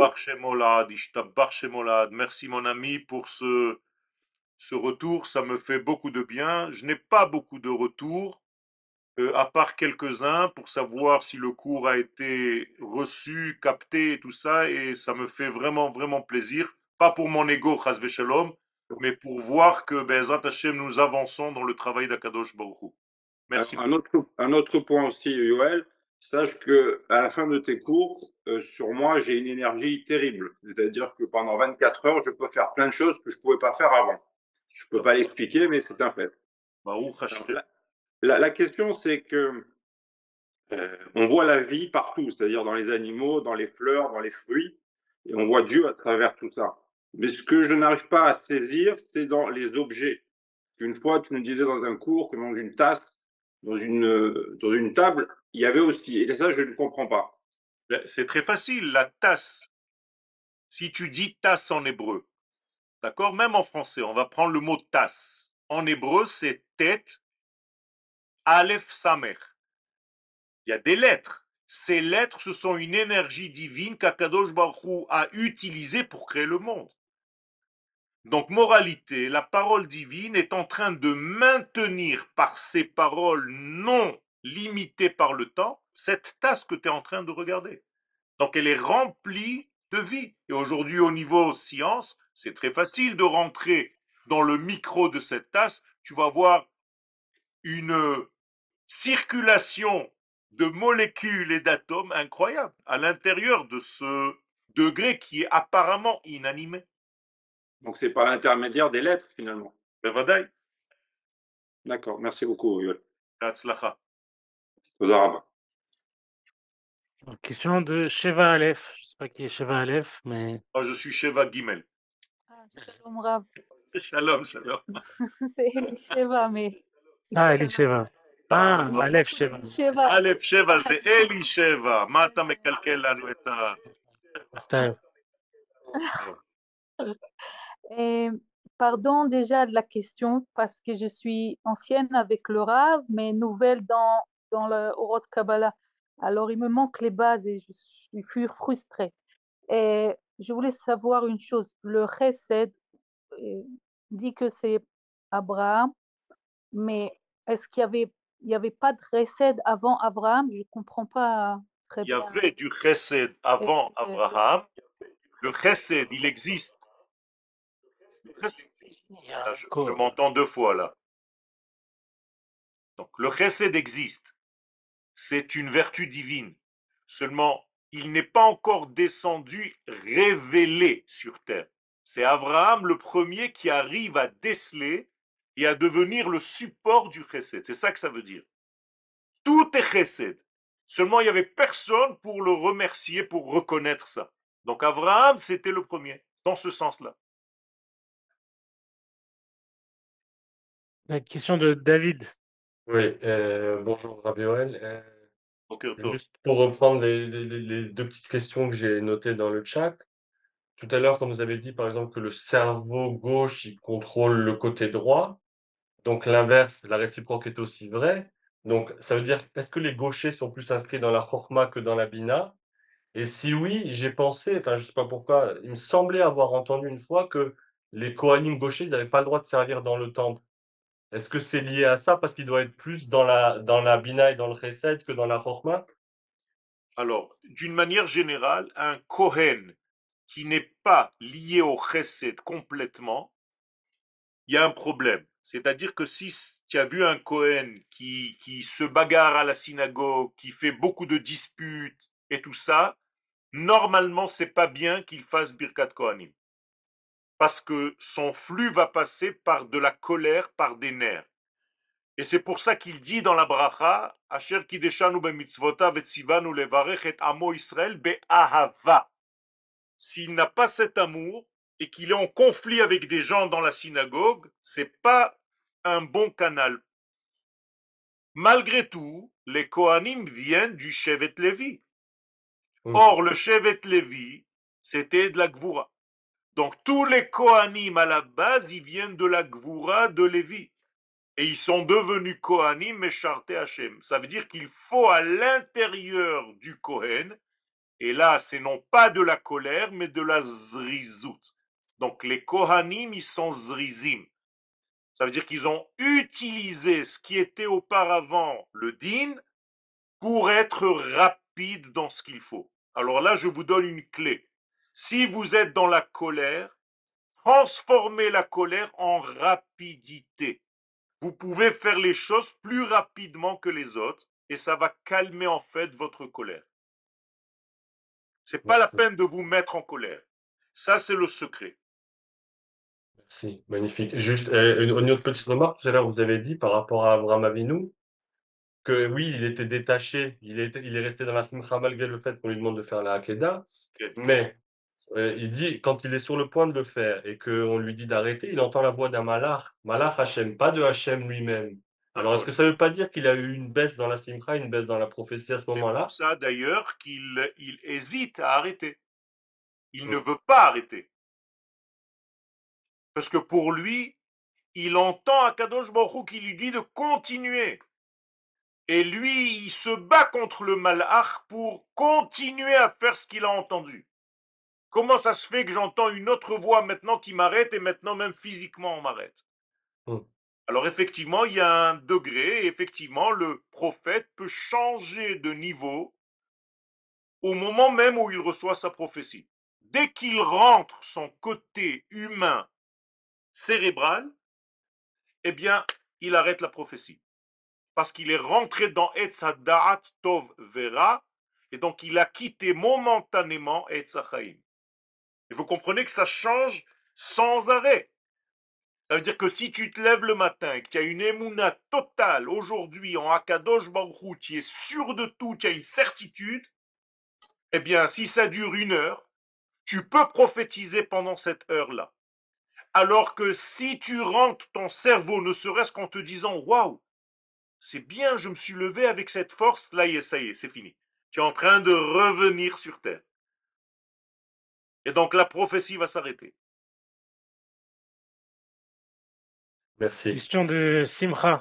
Merci mon ami pour ce, ce retour, ça me fait beaucoup de bien. Je n'ai pas beaucoup de retours. Euh, à part quelques-uns, pour savoir si le cours a été reçu, capté et tout ça, et ça me fait vraiment, vraiment plaisir. Pas pour mon ego, chas v'shalom, mais pour voir que, Be'ezrat Hashem, nous avançons dans le travail d'Akadosh Baruch Hu. Merci. Un autre, un autre point aussi, Yoel, sache que à la fin de tes cours, euh, sur moi, j'ai une énergie terrible. C'est-à-dire que pendant vingt-quatre heures, je peux faire plein de choses que je ne pouvais pas faire avant. Je ne peux pas l'expliquer, mais c'est un fait. Baruch Alors, Hashem. la, la- la question, c'est que euh, on voit la vie partout, c'est-à-dire dans les animaux, dans les fleurs, dans les fruits, et on voit Dieu à travers tout ça. Mais ce que je n'arrive pas à saisir, c'est dans les objets. Une fois, tu nous disais dans un cours que dans une tasse, dans une, euh, dans une table, il y avait aussi. Et ça, je ne comprends pas. Ben, c'est très facile, la tasse. Si tu dis tasse en hébreu, d'accord? Même en français, on va prendre le mot tasse. En hébreu, c'est tête, aleph, samer. Il y a des lettres. Ces lettres, ce sont une énergie divine qu'Akadosh Baruch Hu a utilisée pour créer le monde. Donc, moralité, la parole divine est en train de maintenir par ses paroles non limitées par le temps cette tasse que tu es en train de regarder. Donc, elle est remplie de vie. Et aujourd'hui, au niveau science, c'est très facile de rentrer dans le micro de cette tasse. Tu vas voir une circulation de molécules et d'atomes incroyable à l'intérieur de ce degré qui est apparemment inanimé. Donc, c'est par l'intermédiaire des lettres, finalement. Bevadaï, D'accord. Merci beaucoup, Yoel. Hatzlacha. Toda rabba. Question de Sheva Aleph. Je ne sais pas qui est Sheva Aleph, mais Moi, je suis Sheva Gimel. Ah, Shalom Rav. Shalom, shalom. C'est Elisheva, mais ah, elle est Sheva. Ah, Ah, Aleph Sheva. Sheva. Aleph Sheva זה אלי שבע, מה אתה מקלקל לנו את ה... סתם. Et pardon déjà de la question parce que je suis ancienne avec le Rav, mais nouvelle dans, dans le Orot Kabbalah. Alors il me manque les bases et je suis frustrée. Et je voulais savoir une chose. Le Chesed euh, dit que c'est Abraham, mais est-ce qu'il y avait, il y avait pas de Chesed avant Abraham? Je comprends pas très Il y bien. avait du chesed avant Et, euh, Abraham. Le chesed, il existe. Là, je, je m'entends deux fois là. Donc le chesed existe. C'est une vertu divine. Seulement, il n'est pas encore descendu révélé sur terre. C'est Abraham le premier qui arrive à déceler et à devenir le support du chesed. C'est ça que ça veut dire. Tout est chesed. Seulement, il n'y avait personne pour le remercier, pour reconnaître ça. Donc Abraham, c'était le premier, dans ce sens-là. La question de David. Oui, euh, bonjour Rabioel. Euh, Boker tov. juste pour reprendre les, les- les- les deux petites questions que j'ai notées dans le chat. Tout à l'heure, quand vous avez dit par exemple que le cerveau gauche, il contrôle le côté droit, donc l'inverse, la réciproque est aussi vraie. Donc ça veut dire, est-ce que les gauchers sont plus inscrits dans la chorma que dans la bina? Et si oui, j'ai pensé, enfin je sais pas pourquoi, il me semblait avoir entendu une fois que les Kohanim gauchers, ils n'avaient pas le droit de servir dans le temple. Est-ce que c'est lié à ça parce qu'il doit être plus dans la, dans la Bina et dans le Chesed que dans la Chorma? Alors, d'une manière générale, un Kohen qui n'est pas lié au chesed complètement, il y a un problème. C'est-à-dire que si tu as vu un Kohen qui, qui se bagarre à la synagogue, qui fait beaucoup de disputes et tout ça, normalement, c'est pas bien qu'il fasse Birkat Kohanim. Parce que son flux va passer par de la colère, par des nerfs. Et c'est pour ça qu'il dit dans la bracha, Asher kideshanu bemitzvotav et tzivanu levarech et amo Israël be'ahava. S'il n'a pas cet amour et qu'il est en conflit avec des gens dans la synagogue, c'est pas un bon canal. Malgré tout, les Kohanim viennent du Shevet Lévi. Mhm. Or, le Shevet Lévi, c'était de la Gvura. Donc, tous les Kohanim à la base, ils viennent de la Gvura de Lévi. Et ils sont devenus Kohanim et Sharté Hashem. Ça veut dire qu'il faut à l'intérieur du Kohen, et là, c'est non pas de la colère, mais de la zrizout. Donc, les Kohanim, ils sont zrizim. Ça veut dire qu'ils ont utilisé ce qui était auparavant le din pour être rapide dans ce qu'il faut. Alors là, je vous donne une clé. Si vous êtes dans la colère, transformez la colère en rapidité. Vous pouvez faire les choses plus rapidement que les autres et ça va calmer en fait votre colère. C'est pas la Merci. peine de vous mettre en colère. Ça, c'est le secret. Merci, magnifique. Juste euh, une, une autre petite remarque, tout à l'heure, vous avez dit par rapport à Abraham Avinu que oui, il était détaché, il est, il est resté dans la simcha malgré le fait qu'on lui demande de faire la Hakeda, mais euh, il dit, quand il est sur le point de le faire et qu'on lui dit d'arrêter, il entend la voix d'un malach, malach Hachem, pas de Hachem lui-même. Alors, est-ce que ça ne veut pas dire qu'il a eu une baisse dans la simcha, une baisse dans la prophétie à ce C'est moment-là? pour ça d'ailleurs qu'il il hésite à arrêter. Il ne Mm. veut pas arrêter. Parce que pour lui, il entend Akadosh Baruch Hu qui lui dit de continuer. Et lui, il se bat contre le malach pour continuer à faire ce qu'il a entendu. Comment ça se fait que j'entends une autre voix maintenant qui m'arrête et maintenant même physiquement on m'arrête? Mm. Alors effectivement, il y a un degré et effectivement, le prophète peut changer de niveau au moment même où il reçoit sa prophétie. Dès qu'il rentre son côté humain cérébral, eh bien, il arrête la prophétie. Parce qu'il est rentré dans Etz Hada'at Tov Vera, et donc il a quitté momentanément Etz Hachaim. Et vous comprenez que ça change sans arrêt. Ça veut dire que si tu te lèves le matin et que tu as une émouna totale aujourd'hui en Akadosh Baruch Hu, tu es sûr de tout, tu as une certitude, eh bien, si ça dure une heure, tu peux prophétiser pendant cette heure-là. Alors que si tu rentres ton cerveau, ne serait-ce qu'en te disant waouh, c'est bien, je me suis levé avec cette force, là, y est, ça y est, c'est fini. Tu es en train de revenir sur terre. Et donc la prophétie va s'arrêter. Merci. Question de Simcha.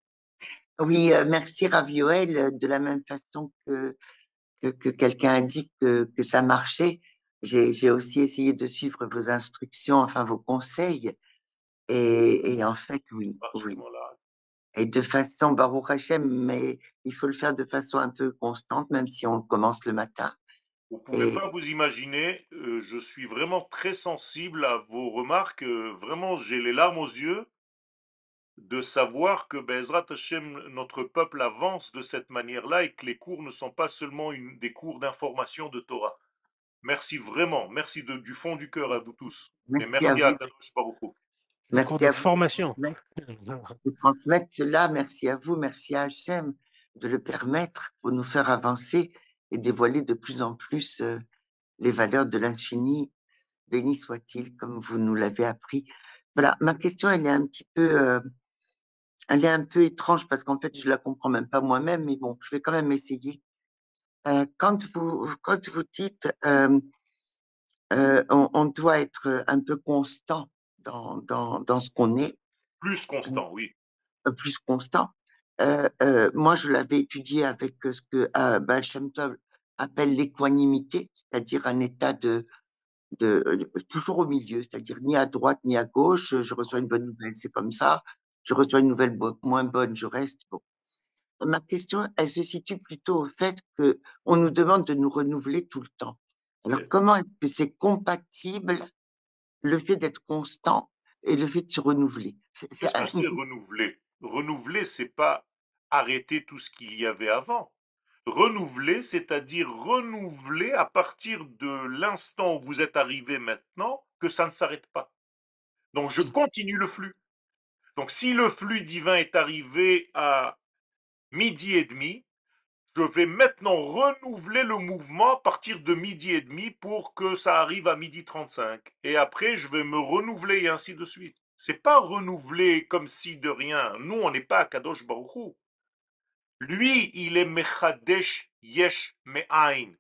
Oui, euh, merci Rav Yoel. euh, De la même façon que, que, que quelqu'un a dit que, que ça marchait, j'ai, j'ai aussi essayé de suivre vos instructions, enfin vos conseils. Et, et en fait, oui, À ce oui. moment-là, Et de façon Baruch Hashem, mais il faut le faire de façon un peu constante, même si on commence le matin. vous ne pouvez Et pas vous imaginer, euh, je suis vraiment très sensible à vos remarques. euh, vraiment, j'ai les larmes aux yeux de savoir que Bezrat Hashem, notre peuple avance de cette manière-là et que les cours ne sont pas seulement une, des cours d'information de Torah. Merci vraiment, merci de- du fond du cœur à vous tous. Et merci à merci à vous, Kadosh Baruch Hu. Un cours merci de à vous de formation. transmettre, de transmettre cela. Merci à vous, merci à Hashem de le permettre pour nous faire avancer et dévoiler de plus en plus euh, les valeurs de l'infini. Béni soit-il, comme vous nous l'avez appris. Voilà, ma question, elle est un petit peu, euh, elle est un peu étrange parce qu'en fait, je la comprends même pas moi-même, mais bon, je vais quand même essayer. Euh, quand vous, quand vous dites, euh, euh, on, on doit être un peu constant dans, dans, dans ce qu'on est, Plus constant, oui. euh, plus constant. Euh, euh, moi, je l'avais étudié avec ce que euh, Baal Shem Tov appelle l'équanimité, c'est-à-dire un état de, de, de toujours au milieu, c'est-à-dire ni à droite ni à gauche. Je reçois une bonne nouvelle, c'est comme ça. Je reçois une nouvelle bo- moins bonne, je reste. Bon. Ma question, elle se situe plutôt au fait que on nous demande de nous renouveler tout le temps. Alors, comment est-ce que c'est compatible le fait d'être constant et le fait de se renouveler? C'est, c'est Qu'est-ce que un- c'est renouveler? Renouveler, c'est pas arrêter tout ce qu'il y avait avant. Renouveler, c'est-à-dire renouveler à partir de l'instant où vous êtes arrivé maintenant, que ça ne s'arrête pas. Donc je continue le flux. Donc si le flux divin est arrivé à midi et demi, je vais maintenant renouveler le mouvement à partir de midi et demi pour que ça arrive à midi trente-cinq. Et après, je vais me renouveler et ainsi de suite. C'est pas renouveler comme si de rien. Nous, on n'est pas à Kadosh Baruch Hu. Lui, il est Mechadesh Yesh Me'ain,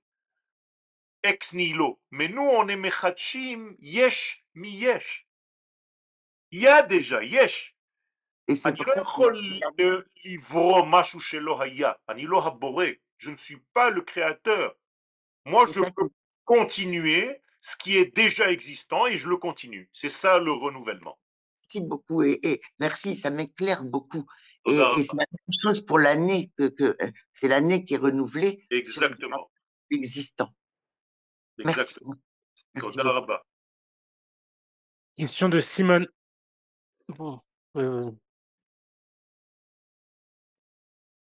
ex nihilo. Mais nous, on est Mechadshim Yesh Mi Yesh. Il y a déjà Yesh. et c'est אני pour לא ça que יכול ל- לברוא משהו שלא היה. אני לא הבורא. Je ne suis pas le créateur. Moi, c'est je ça que peux continuer ce qui est déjà existant et je le continue. C'est ça le renouvellement. merci beaucoup et, et merci, ça m'éclaire beaucoup. Et, Toda et c'est Rabba. la même chose pour l'année que, que euh, c'est l'année qui est renouvelée sur le plan Exactement. existant. Merci, Exactement. merci Toda beaucoup. Rabba. Question de Simone. Bon, euh,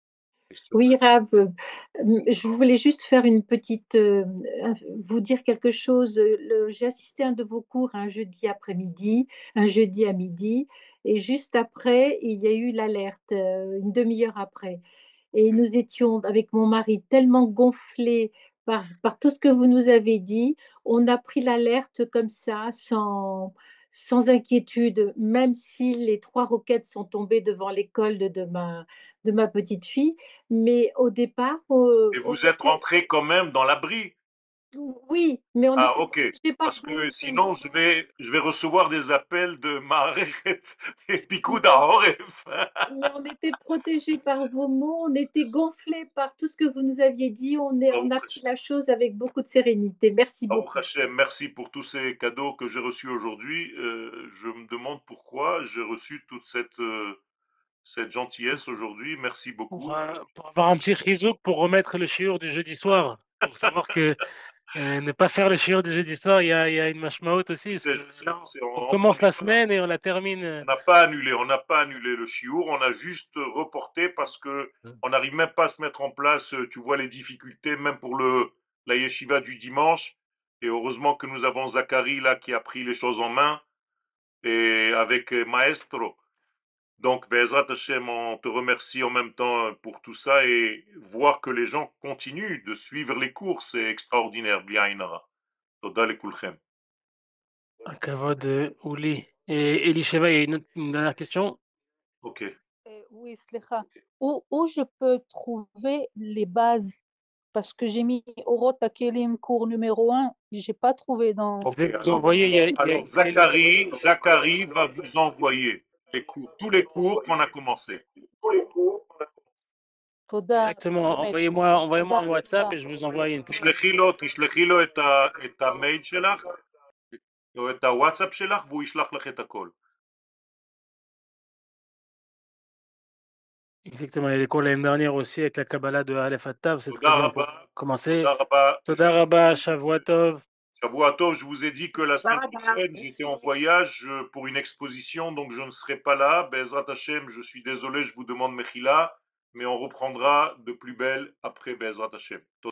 Question. Oui, Rav, euh, je voulais juste faire une petite, euh, vous dire quelque chose. Le- J'ai assisté à un de vos cours un jeudi après-midi, un jeudi à midi, et juste après, il y a eu l'alerte, euh, une demi-heure après. Et nous étions avec mon mari tellement gonflés par, par tout ce que vous nous avez dit, on a pris l'alerte comme ça, sans, sans inquiétude, même si les trois roquettes sont tombées devant l'école de, de ma, de ma petite fille. Mais au départ, on, Et on vous êtes était, rentré quand même dans l'abri. oui, mais on Ah, était ok. protégés par Parce vous. que sinon, je vais, je vais recevoir des appels de Maharet et Pikoud Mais, Horef. mais on était protégés par vos mots, on était gonflés par tout ce que vous nous aviez dit. On, est, on a Baruch pris Hashem. la chose avec beaucoup de sérénité. Merci Baruch beaucoup. Hashem, merci pour tous ces cadeaux que j'ai reçus aujourd'hui. Euh, je me demande pourquoi j'ai reçu toute cette, euh, cette gentillesse aujourd'hui. Merci Pour, beaucoup. euh, pour avoir un petit chizouk pour remettre le shiur du jeudi soir. Pour savoir que euh, ne pas faire le shiur du jeudi soir, il y a, il y a une mashmaot aussi. Je Parce sais, que je sais, là, je sais. on On commence la semaine et on la termine. euh, n'a pas annulé, on n'a pas annulé le chiour, on a juste reporté parce que on n'arrive même pas à se mettre en place. Tu vois les difficultés, même pour le la yeshiva du dimanche. Et heureusement que nous avons Zachary là qui a pris les choses en main et avec euh, Maestro. Donc, Bezrat Hashem, on te remercie en même temps pour tout ça et voir que les gens continuent de suivre les cours, c'est extraordinaire. Bien Inara. Toda lekulchem. Un kavod, euh, Ouli. Et Elisheva, il y a une, autre- une dernière question. Ok. Euh, oui, Slicha. Où, où je peux trouver les bases? Parce que j'ai mis Orot Kelim cours numéro un, j'ai pas trouvé dans. Je Ok, vais vous alors, envoyer. Il y a, il y a- alors il y a le- Zachary, Zachary va vous envoyer les cours, tous les cours qu'on a commencé. Toda, directement. באמת, Envoyez-moi envoyez-moi תודה un WhatsApp רבה. et je vous envoie une petite. תשלחי לו, תשלחי לו את, ה, את המייל שלך, או את הוואטסאפ שלך, והוא ישלח לך את הכל. Exactement. Il y a les cours l'année dernière aussi avec la Kabbalah de Aleph Tav. C'est très תודה bien pour רבה, commencer. תודה רבה. Toda Juste, Rabba, Shavua Tov. Shavua Tov, je vous ai dit que la semaine prochaine, j'étais en voyage euh, pour une exposition, donc je ne serai pas là. Bezrat Hashem, je suis désolé, je vous demande Mechila, mais on reprendra de plus belle après Bezrat Hashem.